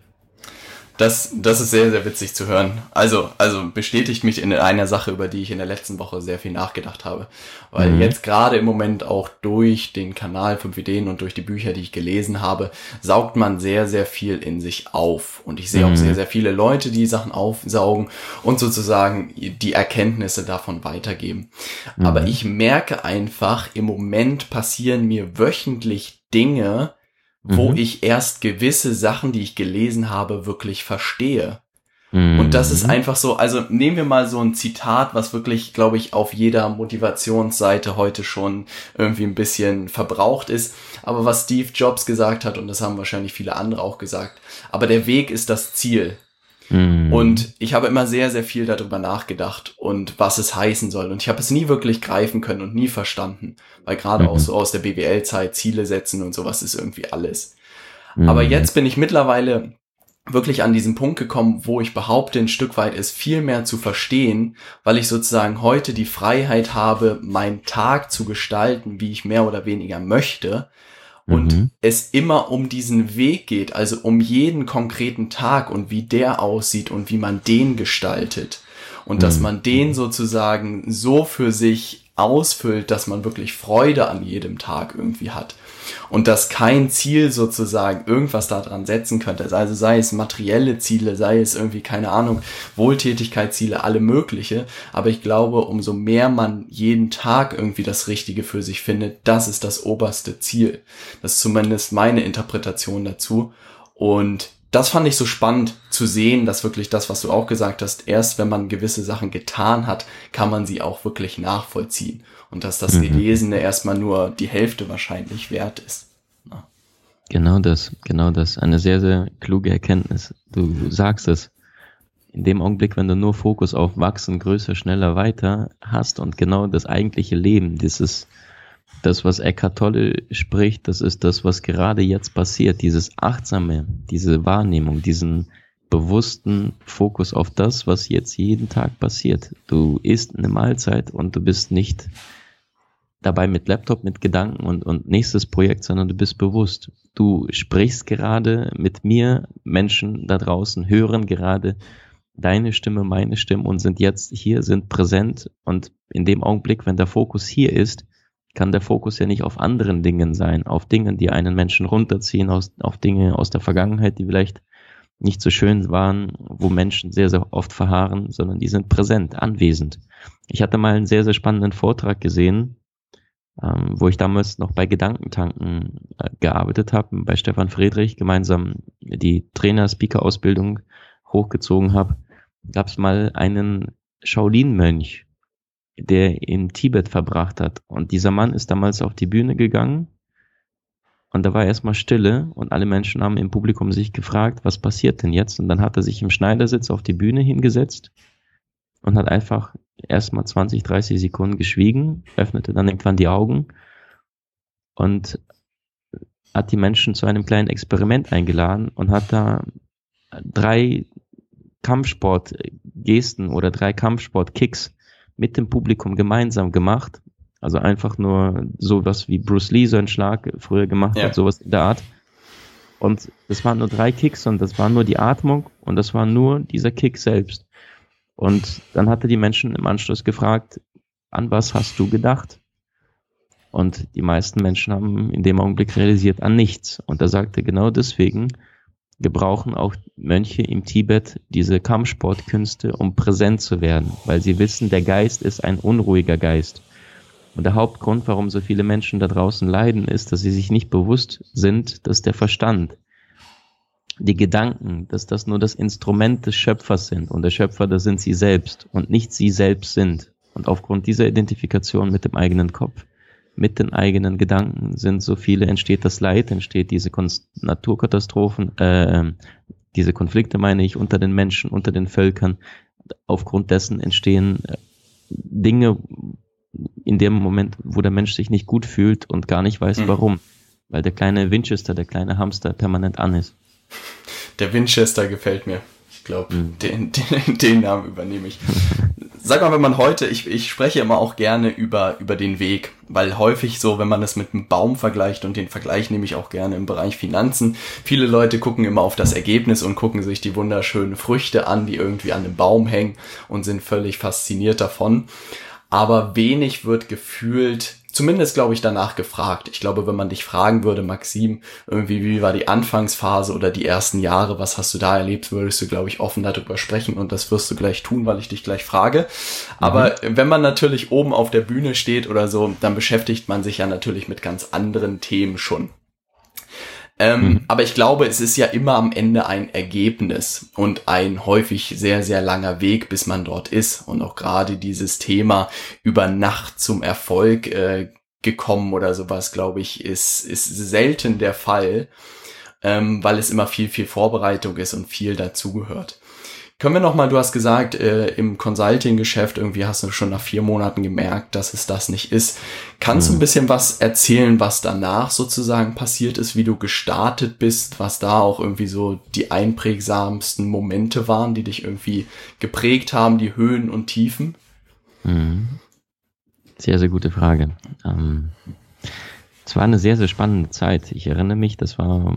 Das, das ist sehr, sehr witzig zu hören. Also, also bestätigt mich in einer Sache, über die ich in der letzten Woche sehr viel nachgedacht habe. Weil mhm. jetzt gerade im Moment auch durch den Kanal fünf Ideen und durch die Bücher, die ich gelesen habe, saugt man sehr, sehr viel in sich auf. Und ich sehe mhm. auch sehr, sehr viele Leute, die Sachen aufsaugen und sozusagen die Erkenntnisse davon weitergeben. Mhm. Aber ich merke einfach, im Moment passieren mir wöchentlich Dinge, wo mhm. ich erst gewisse Sachen, die ich gelesen habe, wirklich verstehe. Mhm. Und das ist einfach so, also nehmen wir mal so ein Zitat, was wirklich, glaube ich, auf jeder Motivationsseite heute schon irgendwie ein bisschen verbraucht ist, aber was Steve Jobs gesagt hat, und das haben wahrscheinlich viele andere auch gesagt, aber der Weg ist das Ziel. Mhm. Und ich habe immer sehr, sehr viel darüber nachgedacht und was es heißen soll. Und ich habe es nie wirklich greifen können und nie verstanden. Weil gerade mhm. auch so aus der B W L-Zeit Ziele setzen und sowas ist irgendwie alles. Mhm. Aber jetzt bin ich mittlerweile wirklich an diesen Punkt gekommen, wo ich behaupte, ein Stück weit es viel mehr zu verstehen, weil ich sozusagen heute die Freiheit habe, meinen Tag zu gestalten, wie ich mehr oder weniger möchte. Und mhm. es immer um diesen Weg geht, also um jeden konkreten Tag und wie der aussieht und wie man den gestaltet. Und mhm. dass man den sozusagen so für sich ausfüllt, dass man wirklich Freude an jedem Tag irgendwie hat. Und dass kein Ziel sozusagen irgendwas daran setzen könnte. Also sei es materielle Ziele, sei es irgendwie, keine Ahnung, Wohltätigkeitsziele, alle mögliche. Aber ich glaube, umso mehr man jeden Tag irgendwie das Richtige für sich findet, das ist das oberste Ziel. Das ist zumindest meine Interpretation dazu. Und das fand ich so spannend zu sehen, dass wirklich das, was du auch gesagt hast, erst wenn man gewisse Sachen getan hat, kann man sie auch wirklich nachvollziehen. Und dass das mhm. Gelesene erstmal nur die Hälfte wahrscheinlich wert ist. Ja. Genau das, genau das. Eine sehr, sehr kluge Erkenntnis. Du, du sagst es. In dem Augenblick, wenn du nur Fokus auf Wachsen, größer, schneller, weiter hast und genau das eigentliche Leben, dieses das, was Eckhart Tolle spricht, das ist das, was gerade jetzt passiert, dieses Achtsame, diese Wahrnehmung, diesen bewussten Fokus auf das, was jetzt jeden Tag passiert. Du isst eine Mahlzeit und du bist nicht dabei mit Laptop, mit Gedanken und, und nächstes Projekt, sondern du bist bewusst. Du sprichst gerade mit mir, Menschen da draußen hören gerade deine Stimme, meine Stimme und sind jetzt hier, sind präsent und in dem Augenblick, wenn der Fokus hier ist, kann der Fokus ja nicht auf anderen Dingen sein, auf Dingen, die einen Menschen runterziehen, aus, auf Dinge aus der Vergangenheit, die vielleicht nicht so schön waren, wo Menschen sehr, sehr oft verharren, sondern die sind präsent, anwesend. Ich hatte mal einen sehr, sehr spannenden Vortrag gesehen, ähm, wo ich damals noch bei Gedankentanken äh, gearbeitet habe, bei Stefan Friedrich gemeinsam die Trainer-Speaker-Ausbildung hochgezogen habe. Gab es mal einen Shaolin-Mönch, der in Tibet verbracht hat. Und dieser Mann ist damals auf die Bühne gegangen und da war erstmal Stille und alle Menschen haben im Publikum sich gefragt, was passiert denn jetzt? Und dann hat er sich im Schneidersitz auf die Bühne hingesetzt und hat einfach erstmal zwanzig, dreißig Sekunden geschwiegen, öffnete dann irgendwann die Augen und hat die Menschen zu einem kleinen Experiment eingeladen und hat da drei Kampfsportgesten oder drei Kampfsportkicks mit dem Publikum gemeinsam gemacht. Also einfach nur sowas wie Bruce Lee so einen Schlag früher gemacht ja. hat, sowas in der Art. Und das waren nur drei Kicks und das war nur die Atmung und das war nur dieser Kick selbst. Und dann hatte die Menschen im Anschluss gefragt, an was hast du gedacht? Und die meisten Menschen haben in dem Augenblick realisiert, an nichts. Und er sagte, genau deswegen gebrauchen auch Mönche im Tibet diese Kampfsportkünste, um präsent zu werden, weil sie wissen, der Geist ist ein unruhiger Geist. Und der Hauptgrund, warum so viele Menschen da draußen leiden, ist, dass sie sich nicht bewusst sind, dass der Verstand, die Gedanken, dass das nur das Instrument des Schöpfers sind und der Schöpfer, das sind sie selbst und nicht sie selbst sind. Und aufgrund dieser Identifikation mit dem eigenen Kopf mit den eigenen Gedanken sind so viele, entsteht das Leid, entsteht diese Kon- Naturkatastrophen, äh, diese Konflikte meine ich, unter den Menschen, unter den Völkern. Aufgrund dessen entstehen Dinge in dem Moment, wo der Mensch sich nicht gut fühlt und gar nicht weiß, mhm. warum. Weil der kleine Winchester, der kleine Hamster permanent an ist. Der Winchester gefällt mir. Ich glaube, mhm. den, den, den Namen übernehme ich. Sag mal, wenn man heute, ich, ich spreche immer auch gerne über, über den Weg, weil häufig so, wenn man das mit einem Baum vergleicht, und den Vergleich nehme ich auch gerne im Bereich Finanzen, viele Leute gucken immer auf das Ergebnis und gucken sich die wunderschönen Früchte an, die irgendwie an dem Baum hängen, und sind völlig fasziniert davon. Aber wenig wird gefühlt, zumindest glaube ich, danach gefragt. Ich glaube, wenn man dich fragen würde, Maxim, irgendwie, wie war die Anfangsphase oder die ersten Jahre, was hast du da erlebt, würdest du, glaube ich, offen darüber sprechen, und das wirst du gleich tun, weil ich dich gleich frage. Aber mhm. wenn man natürlich oben auf der Bühne steht oder so, dann beschäftigt man sich ja natürlich mit ganz anderen Themen schon. Ähm, mhm. Aber ich glaube, es ist ja immer am Ende ein Ergebnis und ein häufig sehr, sehr langer Weg, bis man dort ist. Und auch gerade dieses Thema über Nacht zum Erfolg äh, gekommen oder sowas, glaube ich, ist, ist selten der Fall, ähm, weil es immer viel, viel Vorbereitung ist und viel dazugehört. Können wir nochmal, du hast gesagt, äh, im Consulting-Geschäft irgendwie hast du schon nach vier Monaten gemerkt, dass es das nicht ist. Kannst du ein bisschen was erzählen, was danach sozusagen passiert ist, wie du gestartet bist, was da auch irgendwie so die einprägsamsten Momente waren, die dich irgendwie geprägt haben, die Höhen und Tiefen? Sehr, sehr gute Frage. Ähm, es war eine sehr, sehr spannende Zeit. Ich erinnere mich, das war...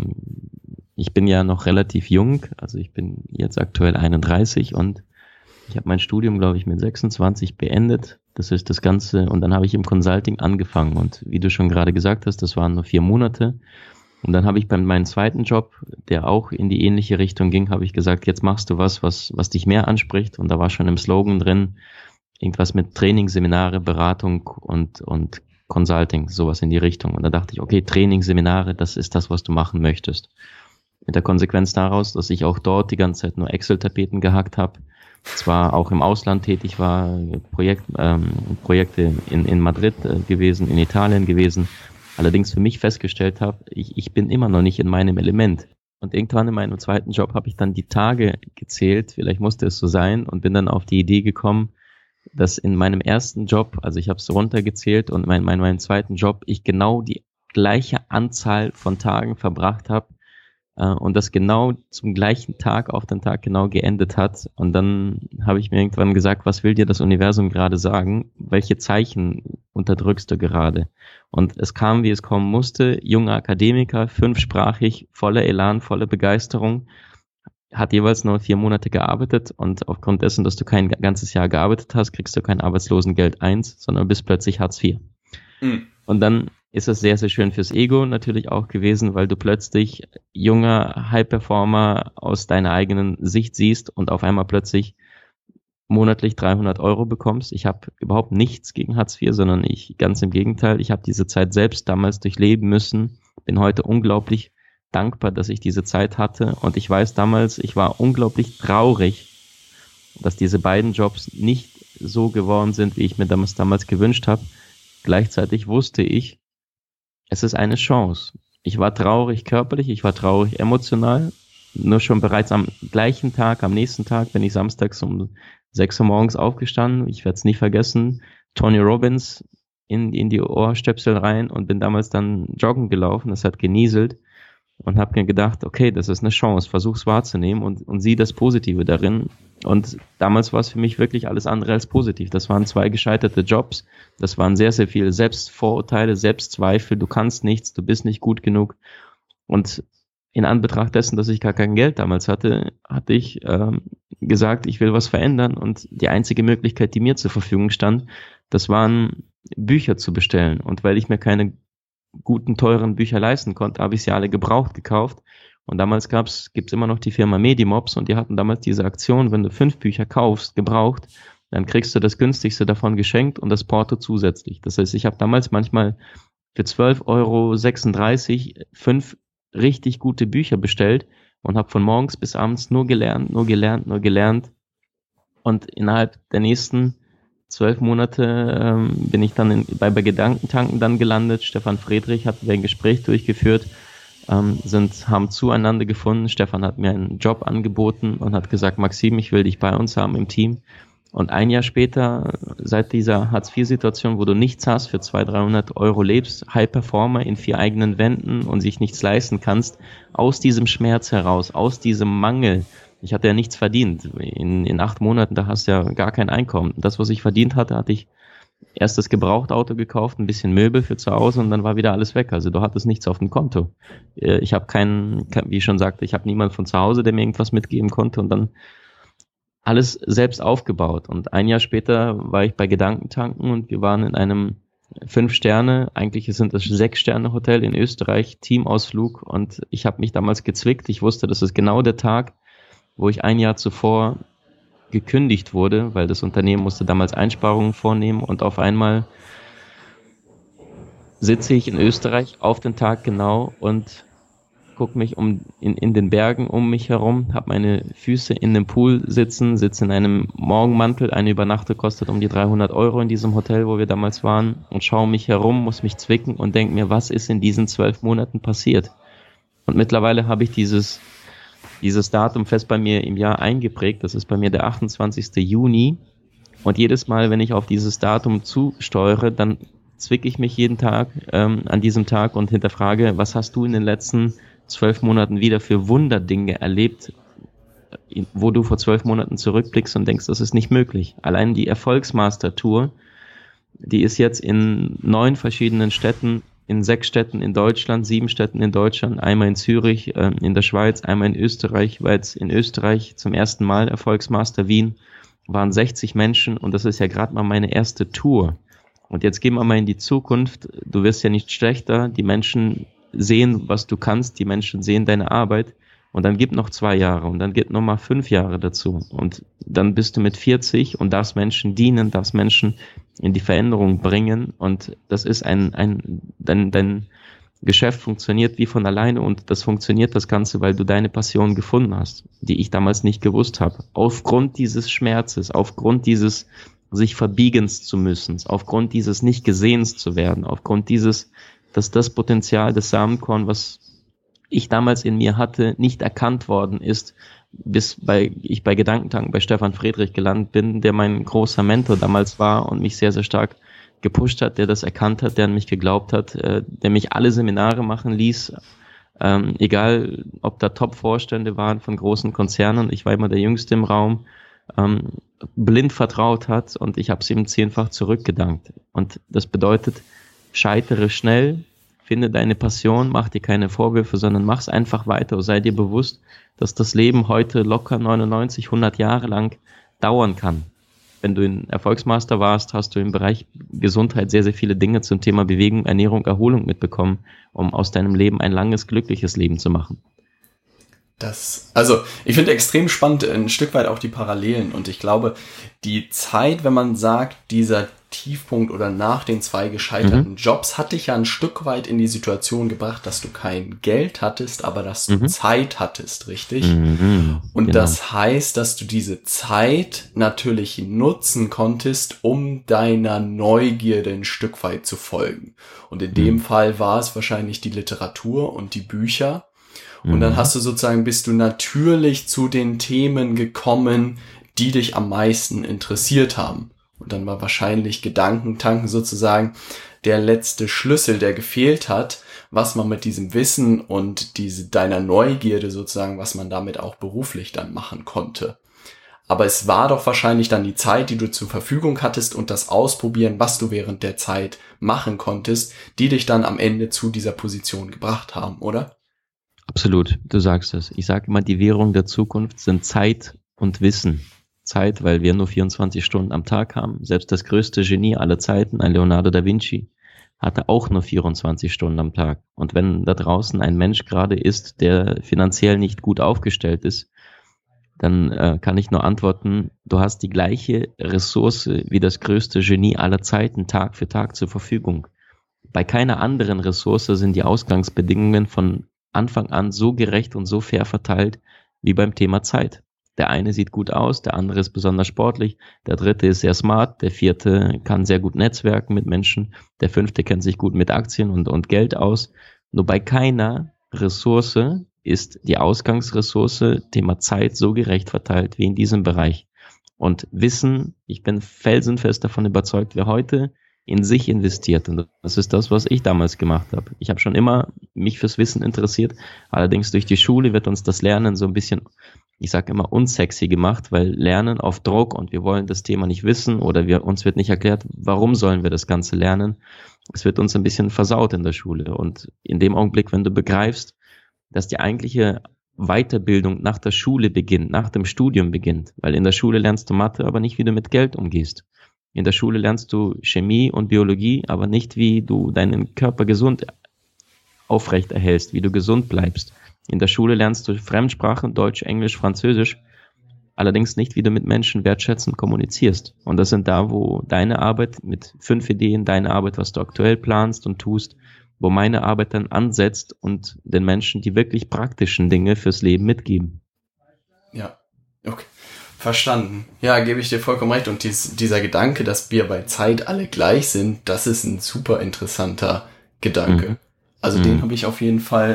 Ich bin ja noch relativ jung, also ich bin jetzt aktuell einunddreißig und ich habe mein Studium, glaube ich, mit sechsundzwanzig beendet. Das ist das Ganze, und dann habe ich im Consulting angefangen, und wie du schon gerade gesagt hast, das waren nur vier Monate. Und dann habe ich bei meinem zweiten Job, der auch in die ähnliche Richtung ging, habe ich gesagt, jetzt machst du was, was, was dich mehr anspricht, und da war schon im Slogan drin, irgendwas mit Training, Seminare, Beratung und, und Consulting, sowas in die Richtung. Und da dachte ich, okay, Training, Seminare, das ist das, was du machen möchtest. Mit der Konsequenz daraus, dass ich auch dort die ganze Zeit nur Excel-Tapeten gehackt habe, zwar auch im Ausland tätig war, Projekt, ähm, Projekte in, in Madrid äh, gewesen, in Italien gewesen, allerdings für mich festgestellt habe, ich, ich bin immer noch nicht in meinem Element. Und irgendwann in meinem zweiten Job habe ich dann die Tage gezählt, vielleicht musste es so sein, und bin dann auf die Idee gekommen, dass in meinem ersten Job, also ich habe es runtergezählt, und mein, mein, meinem zweiten Job ich genau die gleiche Anzahl von Tagen verbracht habe, und das genau zum gleichen Tag auf den Tag genau geendet hat. Und dann habe ich mir irgendwann gesagt, was will dir das Universum gerade sagen? Welche Zeichen unterdrückst du gerade? Und es kam, wie es kommen musste. Junger Akademiker, fünfsprachig, voller Elan, voller Begeisterung, hat jeweils nur vier Monate gearbeitet, und aufgrund dessen, dass du kein ganzes Jahr gearbeitet hast, kriegst du kein Arbeitslosengeld eins, sondern bist plötzlich Hartz vier. Mhm. Und dann ist es sehr, sehr schön fürs Ego natürlich auch gewesen, weil du plötzlich junger High-Performer aus deiner eigenen Sicht siehst und auf einmal plötzlich monatlich dreihundert Euro bekommst. Ich habe überhaupt nichts gegen Hartz vier, sondern ich, ganz im Gegenteil, ich habe diese Zeit selbst damals durchleben müssen, bin heute unglaublich dankbar, dass ich diese Zeit hatte, und ich weiß damals, ich war unglaublich traurig, dass diese beiden Jobs nicht so geworden sind, wie ich mir damals, damals gewünscht habe. Gleichzeitig wusste ich, es ist eine Chance. Ich war traurig körperlich, ich war traurig emotional. Nur schon bereits am gleichen Tag, am nächsten Tag, bin ich samstags um sechs Uhr morgens aufgestanden. Ich werde es nie vergessen. Tony Robbins in, in die Ohrstöpsel rein, und bin damals dann joggen gelaufen. Es hat genieselt, und habe mir gedacht, okay, das ist eine Chance. Versuch's wahrzunehmen und, und sieh das Positive darin. Und damals war es für mich wirklich alles andere als positiv. Das waren zwei gescheiterte Jobs. Das waren sehr, sehr viele Selbstvorurteile, Selbstzweifel. Du kannst nichts, du bist nicht gut genug. Und in Anbetracht dessen, dass ich gar kein Geld damals hatte, hatte ich ähm, gesagt, ich will was verändern. Und die einzige Möglichkeit, die mir zur Verfügung stand, das waren Bücher zu bestellen. Und weil ich mir keine guten, teuren Bücher leisten konnte, habe ich sie alle gebraucht gekauft. Und damals gab's, gibt's immer noch die Firma Medimobs, und die hatten damals diese Aktion, wenn du fünf Bücher kaufst, gebraucht, dann kriegst du das günstigste davon geschenkt und das Porto zusätzlich. Das heißt, ich habe damals manchmal für zwölf Euro sechsunddreißig fünf richtig gute Bücher bestellt und habe von morgens bis abends nur gelernt, nur gelernt, nur gelernt. Und innerhalb der nächsten zwölf Monate ähm, bin ich dann in, bei, bei Gedankentanken dann gelandet. Stefan Friedrich hat ein Gespräch durchgeführt, ähm, sind, haben zueinander gefunden. Stefan hat mir einen Job angeboten und hat gesagt, Maxim, ich will dich bei uns haben im Team. Und ein Jahr später, seit dieser Hartz vier Situation, wo du nichts hast, für zweihundert, dreihundert Euro lebst, High Performer in vier eigenen Wänden und sich nichts leisten kannst, aus diesem Schmerz heraus, aus diesem Mangel. Ich hatte ja nichts verdient. In, in acht Monaten, da hast du ja gar kein Einkommen. Das, was ich verdient hatte, hatte ich erst das Gebrauchtauto gekauft, ein bisschen Möbel für zu Hause und dann war wieder alles weg. Also du hattest nichts auf dem Konto. Ich habe keinen, wie ich schon sagte, ich habe niemanden von zu Hause, der mir irgendwas mitgeben konnte und dann alles selbst aufgebaut. Und ein Jahr später war ich bei Gedankentanken und wir waren in einem fünf Sterne, eigentlich sind das sechs Sterne Hotel in Österreich, Teamausflug und ich habe mich damals gezwickt. Ich wusste, das ist genau der Tag, wo ich ein Jahr zuvor gekündigt wurde, weil das Unternehmen musste damals Einsparungen vornehmen und auf einmal sitze ich in Österreich auf den Tag genau und gucke mich um in, in den Bergen um mich herum, habe meine Füße in dem Pool sitzen, sitze in einem Morgenmantel, eine Übernachtung kostet um die dreihundert Euro in diesem Hotel, wo wir damals waren und schaue mich herum, muss mich zwicken und denke mir, was ist in diesen zwölf Monaten passiert? Und mittlerweile habe ich dieses, dieses Datum fest bei mir im Jahr eingeprägt, das ist bei mir der achtundzwanzigster Juni und jedes Mal, wenn ich auf dieses Datum zusteuere, dann zwicke ich mich jeden Tag ähm, an diesem Tag und hinterfrage, was hast du in den letzten zwölf Monaten wieder für Wunderdinge erlebt, wo du vor zwölf Monaten zurückblickst und denkst, das ist nicht möglich. Allein die Erfolgsmaster-Tour, die ist jetzt in neun verschiedenen Städten, in sechs Städten in Deutschland, sieben Städten in Deutschland, einmal in Zürich, äh, in der Schweiz, einmal in Österreich, war jetzt in Österreich zum ersten Mal Erfolgsmaster Wien, waren sechzig Menschen und das ist ja gerade mal meine erste Tour. Und jetzt gehen wir mal in die Zukunft, du wirst ja nicht schlechter, die Menschen sehen, was du kannst, die Menschen sehen deine Arbeit und dann gibt noch zwei Jahre und dann gibt noch mal fünf Jahre dazu und dann bist du mit vierzig und darfst Menschen dienen, darfst Menschen in die Veränderung bringen und das ist ein, ein dein, dein Geschäft funktioniert wie von alleine und das funktioniert das Ganze, weil du deine Passion gefunden hast, die ich damals nicht gewusst habe. Aufgrund dieses Schmerzes, aufgrund dieses sich verbiegens zu müssen, aufgrund dieses nicht gesehens zu werden, aufgrund dieses dass das Potenzial des Samenkorn, was ich damals in mir hatte, nicht erkannt worden ist, bis bei, ich bei Gedankentanken bei Stefan Friedrich gelandet bin, der mein großer Mentor damals war und mich sehr, sehr stark gepusht hat, der das erkannt hat, der an mich geglaubt hat, äh, der mich alle Seminare machen ließ, ähm, egal ob da Top-Vorstände waren von großen Konzernen, ich war immer der Jüngste im Raum, ähm, blind vertraut hat und ich habe es ihm zehnfach zurückgedankt. Und das bedeutet, scheitere schnell, finde deine Passion, mach dir keine Vorwürfe, sondern mach's einfach weiter. Sei dir bewusst, dass das Leben heute locker neunundneunzig, hundert Jahre lang dauern kann. Wenn du in Erfolgsmaster warst, hast du im Bereich Gesundheit sehr, sehr viele Dinge zum Thema Bewegung, Ernährung, Erholung mitbekommen, um aus deinem Leben ein langes, glückliches Leben zu machen. Das, also ich finde extrem spannend ein Stück weit auch die Parallelen und ich glaube, die Zeit, wenn man sagt, dieser Tiefpunkt oder nach den zwei gescheiterten mhm. Jobs hat dich ja ein Stück weit in die Situation gebracht, dass du kein Geld hattest, aber dass du mhm. Zeit hattest, richtig? Mhm, und genau. Das heißt, dass du diese Zeit natürlich nutzen konntest, um deiner Neugierde ein Stück weit zu folgen. Und in mhm. dem Fall war es wahrscheinlich die Literatur und die Bücher. Und mhm. dann hast du sozusagen, bist du natürlich zu den Themen gekommen, die dich am meisten interessiert haben. Und dann war wahrscheinlich Gedankentanken sozusagen der letzte Schlüssel, der gefehlt hat, was man mit diesem Wissen und diese deiner Neugierde sozusagen, was man damit auch beruflich dann machen konnte. Aber es war doch wahrscheinlich dann die Zeit, die du zur Verfügung hattest und das Ausprobieren, was du während der Zeit machen konntest, die dich dann am Ende zu dieser Position gebracht haben, oder? Absolut, du sagst es. Ich sage immer, die Währung der Zukunft sind Zeit und Wissen. Zeit, weil wir nur vierundzwanzig Stunden am Tag haben. Selbst das größte Genie aller Zeiten, ein Leonardo da Vinci, hatte auch nur vierundzwanzig Stunden am Tag. Und wenn da draußen ein Mensch gerade ist, der finanziell nicht gut aufgestellt ist, dann äh, kann ich nur antworten, du hast die gleiche Ressource wie das größte Genie aller Zeiten Tag für Tag zur Verfügung. Bei keiner anderen Ressource sind die Ausgangsbedingungen von Anfang an so gerecht und so fair verteilt wie beim Thema Zeit. Der eine sieht gut aus, der andere ist besonders sportlich, der dritte ist sehr smart, der vierte kann sehr gut netzwerken mit Menschen, der fünfte kennt sich gut mit Aktien und, und Geld aus. Nur bei keiner Ressource ist die Ausgangsressource, Thema Zeit, so gerecht verteilt wie in diesem Bereich. Und Wissen, ich bin felsenfest davon überzeugt, wer heute in sich investiert, und das ist das, was ich damals gemacht habe. Ich habe schon immer mich fürs Wissen interessiert, allerdings durch die Schule wird uns das Lernen so ein bisschen, ich sage immer, unsexy gemacht, weil Lernen auf Druck und wir wollen das Thema nicht wissen oder wir, uns wird nicht erklärt, warum sollen wir das Ganze lernen. Es wird uns ein bisschen versaut in der Schule, und in dem Augenblick, wenn du begreifst, dass die eigentliche Weiterbildung nach der Schule beginnt, nach dem Studium beginnt, weil in der Schule lernst du Mathe, aber nicht, wie du mit Geld umgehst. In der Schule lernst du Chemie und Biologie, aber nicht, wie du deinen Körper gesund aufrecht erhältst, wie du gesund bleibst. In der Schule lernst du Fremdsprachen, Deutsch, Englisch, Französisch, allerdings nicht, wie du mit Menschen wertschätzend kommunizierst. Und das sind da, wo deine Arbeit mit fünf Ideen, deine Arbeit, was du aktuell planst und tust, wo meine Arbeit dann ansetzt und den Menschen die wirklich praktischen Dinge fürs Leben mitgeben. Ja, okay. Verstanden. Ja, gebe ich dir vollkommen recht. Und dies, dieser Gedanke, dass wir bei Zeit alle gleich sind, das ist ein super interessanter Gedanke. Mhm. Also mhm. den habe ich auf jeden Fall,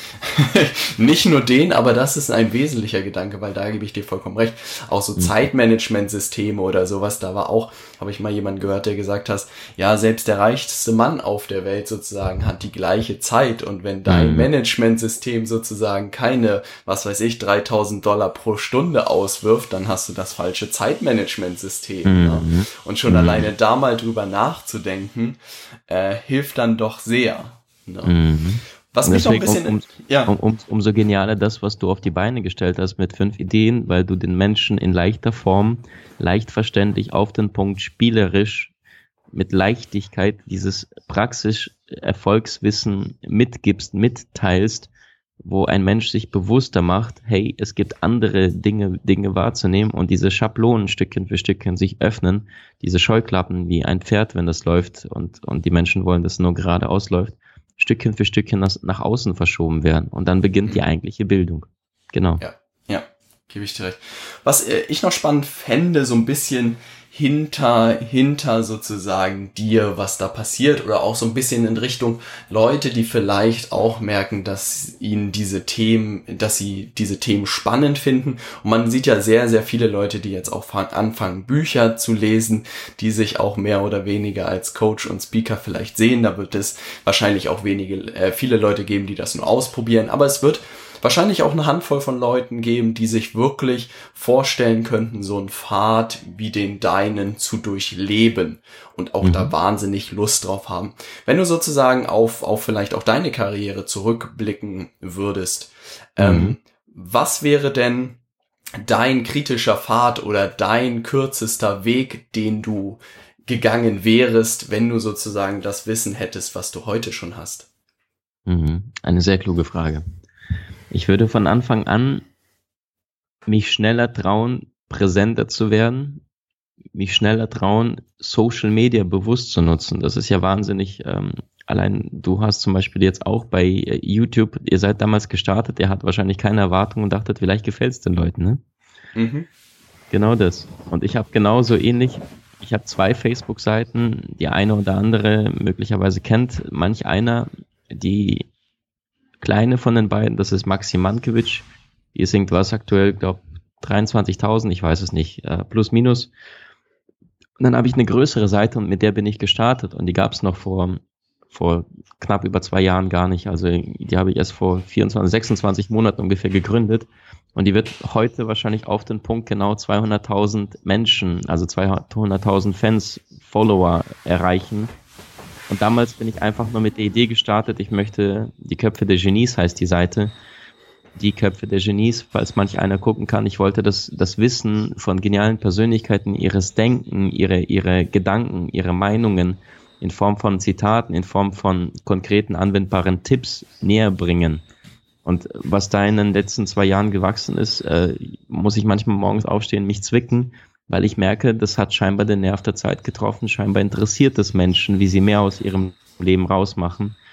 äh, nicht nur den, aber das ist ein wesentlicher Gedanke, weil da gebe ich dir vollkommen recht. Auch so mhm. Zeitmanagementsysteme oder sowas, da war auch, habe ich mal jemanden gehört, der gesagt hat, ja, selbst der reichste Mann auf der Welt sozusagen hat die gleiche Zeit, und wenn dein mhm. Managementsystem sozusagen keine, was weiß ich, dreitausend Dollar pro Stunde auswirft, dann hast du das falsche Zeitmanagementsystem. Mhm. Ne? Und schon mhm. alleine da mal drüber nachzudenken, äh, hilft dann doch sehr. No. Mhm. Was mich noch ein bisschen, um, um, ja. um, um, umso genialer das, was du auf die Beine gestellt hast mit fünf Ideen, weil du den Menschen in leichter Form, leicht verständlich, auf den Punkt, spielerisch, mit Leichtigkeit dieses Praxis-Erfolgswissen mitgibst, mitteilst, wo ein Mensch sich bewusster macht, hey, es gibt andere Dinge, Dinge wahrzunehmen, und diese Schablonen Stückchen für Stückchen sich öffnen, diese Scheuklappen wie ein Pferd, wenn das läuft und, und die Menschen wollen, dass es nur geradeaus läuft, Stückchen für Stückchen nach, nach außen verschoben werden. Und dann beginnt die eigentliche Bildung. Genau. Ja, ja, gebe ich dir recht. Was äh, ich noch spannend fände, so ein bisschen hinter, hinter sozusagen dir, was da passiert, oder auch so ein bisschen in Richtung Leute, die vielleicht auch merken, dass ihnen diese Themen, dass sie diese Themen spannend finden. Und man sieht ja sehr, sehr viele Leute, die jetzt auch anfangen, Bücher zu lesen, die sich auch mehr oder weniger als Coach und Speaker vielleicht sehen. Da wird es wahrscheinlich auch wenige, äh, viele Leute geben, die das nur ausprobieren. Aber es wird wahrscheinlich auch eine Handvoll von Leuten geben, die sich wirklich vorstellen könnten, so einen Pfad wie den deinen zu durchleben und auch mhm. da wahnsinnig Lust drauf haben. Wenn du sozusagen auf, auf vielleicht auch deine Karriere zurückblicken würdest, mhm. ähm, was wäre denn dein kritischer Pfad oder dein kürzester Weg, den du gegangen wärest, wenn du sozusagen das Wissen hättest, was du heute schon hast? Mhm. Eine sehr kluge Frage. Ich würde von Anfang an mich schneller trauen, präsenter zu werden, mich schneller trauen, Social Media bewusst zu nutzen. Das ist ja wahnsinnig. Ähm, allein du hast zum Beispiel jetzt auch bei äh, YouTube, ihr seid damals gestartet, ihr habt wahrscheinlich keine Erwartungen und dachtet, vielleicht gefällt es den Leuten, ne? Mhm. Genau das. Und ich habe genauso ähnlich, ich habe zwei Facebook-Seiten, die eine oder andere möglicherweise kennt, manch einer, die kleine von den beiden, das ist Maxi Mankiewicz, die ist irgendwas aktuell, glaube dreiundzwanzigtausend, ich weiß es nicht, äh, plus minus. Und dann habe ich eine größere Seite und mit der bin ich gestartet und die gab es noch vor, vor knapp über zwei Jahren gar nicht. Also die habe ich erst vor vierundzwanzig, sechsundzwanzig Monaten ungefähr gegründet und die wird heute wahrscheinlich auf den Punkt genau zweihunderttausend Menschen, also zweihunderttausend Fans, Follower erreichen. Und damals bin ich einfach nur mit der Idee gestartet, ich möchte, die Köpfe der Genies heißt die Seite, die Köpfe der Genies, falls manch einer gucken kann, ich wollte das, das Wissen von genialen Persönlichkeiten, ihres Denken, ihre, ihre Gedanken, ihre Meinungen in Form von Zitaten, in Form von konkreten anwendbaren Tipps näher bringen. Und was da in den letzten zwei Jahren gewachsen ist, äh, muss ich manchmal morgens aufstehen, mich zwicken, weil ich merke, das hat scheinbar den Nerv der Zeit getroffen, scheinbar interessiert es Menschen, wie sie mehr aus ihrem Leben rausmachen.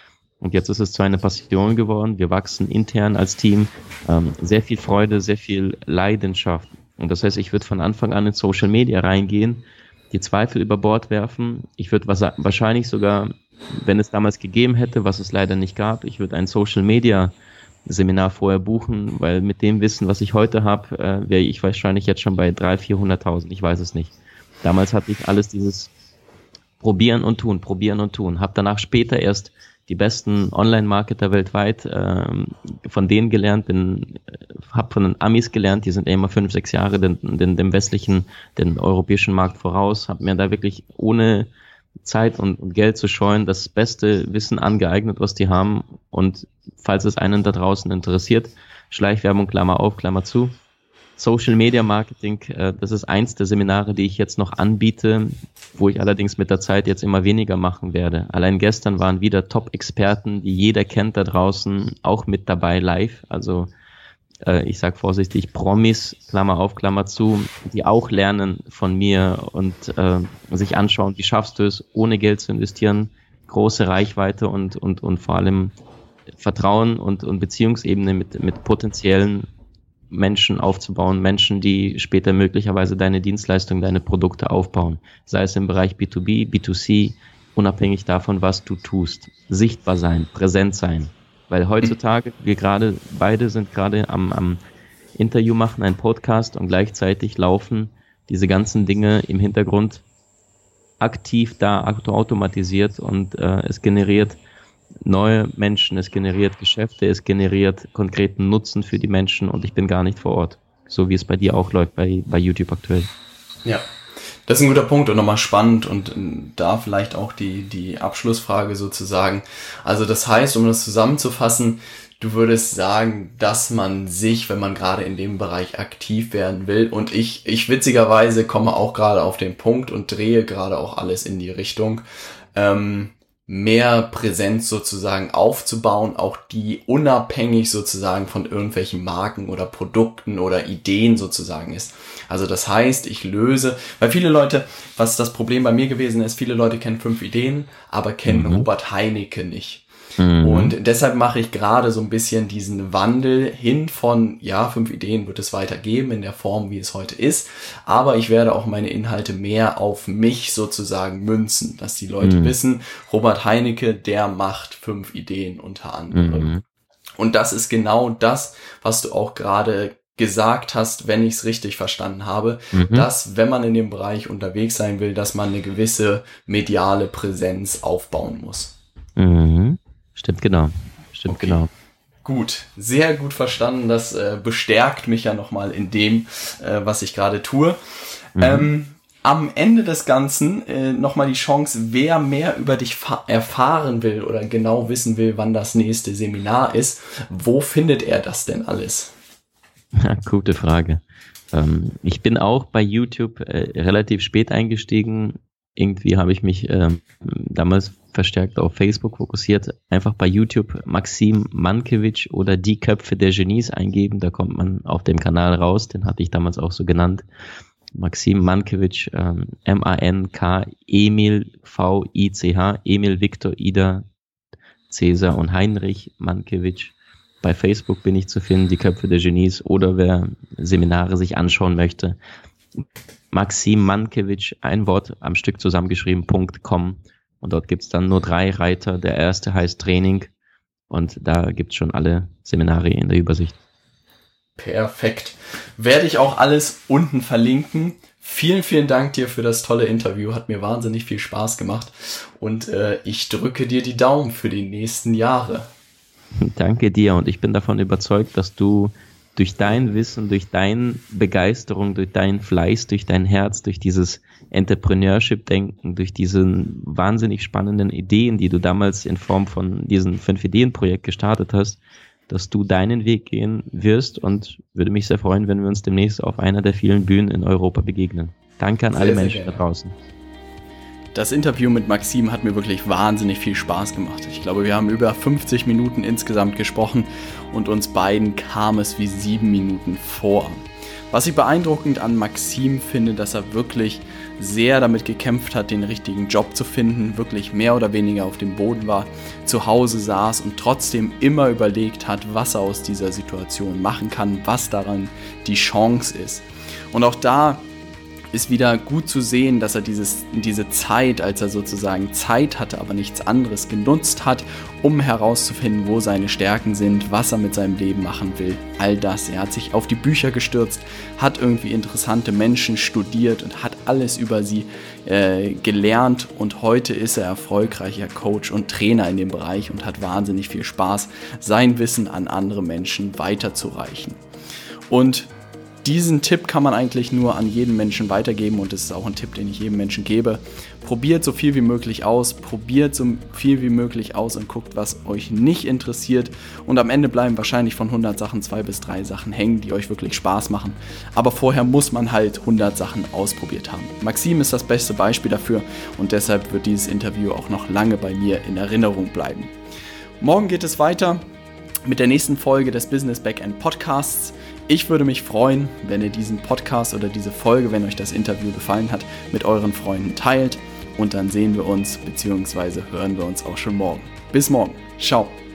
Und jetzt ist es zu einer Passion geworden. Wir wachsen intern als Team. Ähm, sehr viel Freude, sehr viel Leidenschaft. Und das heißt, ich würde von Anfang an in Social Media reingehen, die Zweifel über Bord werfen. Ich würde wahrscheinlich sogar, wenn es damals gegeben hätte, was es leider nicht gab, ich würde ein Social Media Seminar vorher buchen, weil mit dem Wissen, was ich heute habe, äh, wäre ich wahrscheinlich jetzt schon bei dreihunderttausend, vierhunderttausend. Ich weiß es nicht. Damals hatte ich alles dieses Probieren und Tun, Probieren und Tun. Habe danach später erst die besten Online-Marketer weltweit ähm, von denen gelernt, bin, habe von den Amis gelernt, die sind immer fünf, sechs Jahre den, den, dem westlichen, den europäischen Markt voraus, habe mir da wirklich ohne Zeit und, und Geld zu scheuen das beste Wissen angeeignet, was die haben. Und falls es einen da draußen interessiert, Schleichwerbung, Klammer auf, Klammer zu, Social Media Marketing, äh, das ist eins der Seminare, die ich jetzt noch anbiete, wo ich allerdings mit der Zeit jetzt immer weniger machen werde. Allein gestern waren wieder Top-Experten, die jeder kennt da draußen, auch mit dabei live. Also äh, ich sage vorsichtig Promis, Klammer auf, Klammer zu, die auch lernen von mir und äh, sich anschauen, wie schaffst du es, ohne Geld zu investieren, große Reichweite und und und vor allem Vertrauen und, und Beziehungsebene mit mit potenziellen Menschen aufzubauen, Menschen, die später möglicherweise deine Dienstleistung, deine Produkte aufbauen, sei es im Bereich B zwei B, B zwei C, unabhängig davon, was du tust. Sichtbar sein, präsent sein, weil heutzutage, wir gerade, beide sind gerade am, am Interview machen, ein Podcast und gleichzeitig laufen diese ganzen Dinge im Hintergrund aktiv da, automatisiert und äh, es generiert neue Menschen, es generiert Geschäfte, es generiert konkreten Nutzen für die Menschen und ich bin gar nicht vor Ort. So wie es bei dir auch läuft, bei, bei YouTube aktuell. Ja, das ist ein guter Punkt und nochmal spannend und da vielleicht auch die, die Abschlussfrage sozusagen. Also das heißt, um das zusammenzufassen, du würdest sagen, dass man sich, wenn man gerade in dem Bereich aktiv werden will, und ich, ich witzigerweise komme auch gerade auf den Punkt und drehe gerade auch alles in die Richtung, ähm, mehr Präsenz sozusagen aufzubauen, auch die unabhängig sozusagen von irgendwelchen Marken oder Produkten oder Ideen sozusagen ist. Also das heißt, ich löse, weil viele Leute, was das Problem bei mir gewesen ist, viele Leute kennen fünf Ideen, aber kennen mhm. Robert Heinecke nicht. Mhm. Und deshalb mache ich gerade so ein bisschen diesen Wandel hin von, ja, fünf Ideen wird es weitergeben in der Form, wie es heute ist, aber ich werde auch meine Inhalte mehr auf mich sozusagen münzen, dass die Leute mhm. wissen, Robert Heinecke, der macht fünf Ideen unter anderem. Mhm. Und das ist genau das, was du auch gerade gesagt hast, wenn ich es richtig verstanden habe, mhm. dass, wenn man in dem Bereich unterwegs sein will, dass man eine gewisse mediale Präsenz aufbauen muss. Mhm. Stimmt genau. Stimmt okay. genau. Gut, sehr gut verstanden. Das äh, bestärkt mich ja nochmal in dem, äh, was ich gerade tue. Mhm. Ähm, am Ende des Ganzen äh, nochmal die Chance, wer mehr über dich fa- erfahren will oder genau wissen will, wann das nächste Seminar ist. Wo findet er das denn alles? Ja, gute Frage. Ähm, ich bin auch bei YouTube äh, relativ spät eingestiegen. Irgendwie habe ich mich ähm, damals verstärkt auf Facebook fokussiert. Einfach bei YouTube Maxim Mankiewicz oder die Köpfe der Genies eingeben. Da kommt man auf dem Kanal raus. Den hatte ich damals auch so genannt. Maxim Mankiewicz, ähm, M A N K, Emil V I C H, Emil Viktor Ida Cäsar und Heinrich Mankiewicz. Bei Facebook bin ich zu finden, die Köpfe der Genies, oder wer Seminare sich anschauen möchte, Maxim Mankiewicz, ein Wort am Stück zusammengeschrieben, .com. Und dort gibt's dann nur drei Reiter. Der erste heißt Training und da gibt's schon alle Seminare in der Übersicht. Perfekt. Werde ich auch alles unten verlinken. Vielen, vielen Dank dir für das tolle Interview. Hat mir wahnsinnig viel Spaß gemacht. Und äh, ich drücke dir die Daumen für die nächsten Jahre. Danke dir und ich bin davon überzeugt, dass du durch dein Wissen, durch deine Begeisterung, durch deinen Fleiß, durch dein Herz, durch dieses Entrepreneurship-Denken, durch diese wahnsinnig spannenden Ideen, die du damals in Form von diesem Fünf-Ideen-Projekt gestartet hast, dass du deinen Weg gehen wirst und würde mich sehr freuen, wenn wir uns demnächst auf einer der vielen Bühnen in Europa begegnen. Danke an sehr, alle Menschen da draußen. Das Interview mit Maxim hat mir wirklich wahnsinnig viel Spaß gemacht. Ich glaube, wir haben über fünfzig Minuten insgesamt gesprochen und uns beiden kam es wie sieben Minuten vor. Was ich beeindruckend an Maxim finde, dass er wirklich sehr damit gekämpft hat, den richtigen Job zu finden, wirklich mehr oder weniger auf dem Boden war, zu Hause saß und trotzdem immer überlegt hat, was er aus dieser Situation machen kann, was daran die Chance ist. Und auch da ist wieder gut zu sehen, dass er dieses, diese Zeit, als er sozusagen Zeit hatte, aber nichts anderes genutzt hat, um herauszufinden, wo seine Stärken sind, was er mit seinem Leben machen will. All das. Er hat sich auf die Bücher gestürzt, hat irgendwie interessante Menschen studiert und hat alles über sie äh, gelernt. Und heute ist er erfolgreicher Coach und Trainer in dem Bereich und hat wahnsinnig viel Spaß, sein Wissen an andere Menschen weiterzureichen. Und diesen Tipp kann man eigentlich nur an jeden Menschen weitergeben und es ist auch ein Tipp, den ich jedem Menschen gebe. Probiert so viel wie möglich aus, probiert so viel wie möglich aus und guckt, was euch nicht interessiert. Und am Ende bleiben wahrscheinlich von hundert Sachen zwei bis drei Sachen hängen, die euch wirklich Spaß machen. Aber vorher muss man halt hundert Sachen ausprobiert haben. Maxim ist das beste Beispiel dafür und deshalb wird dieses Interview auch noch lange bei mir in Erinnerung bleiben. Morgen geht es weiter mit der nächsten Folge des Business Backend Podcasts. Ich würde mich freuen, wenn ihr diesen Podcast oder diese Folge, wenn euch das Interview gefallen hat, mit euren Freunden teilt und dann sehen wir uns bzw. hören wir uns auch schon morgen. Bis morgen. Ciao.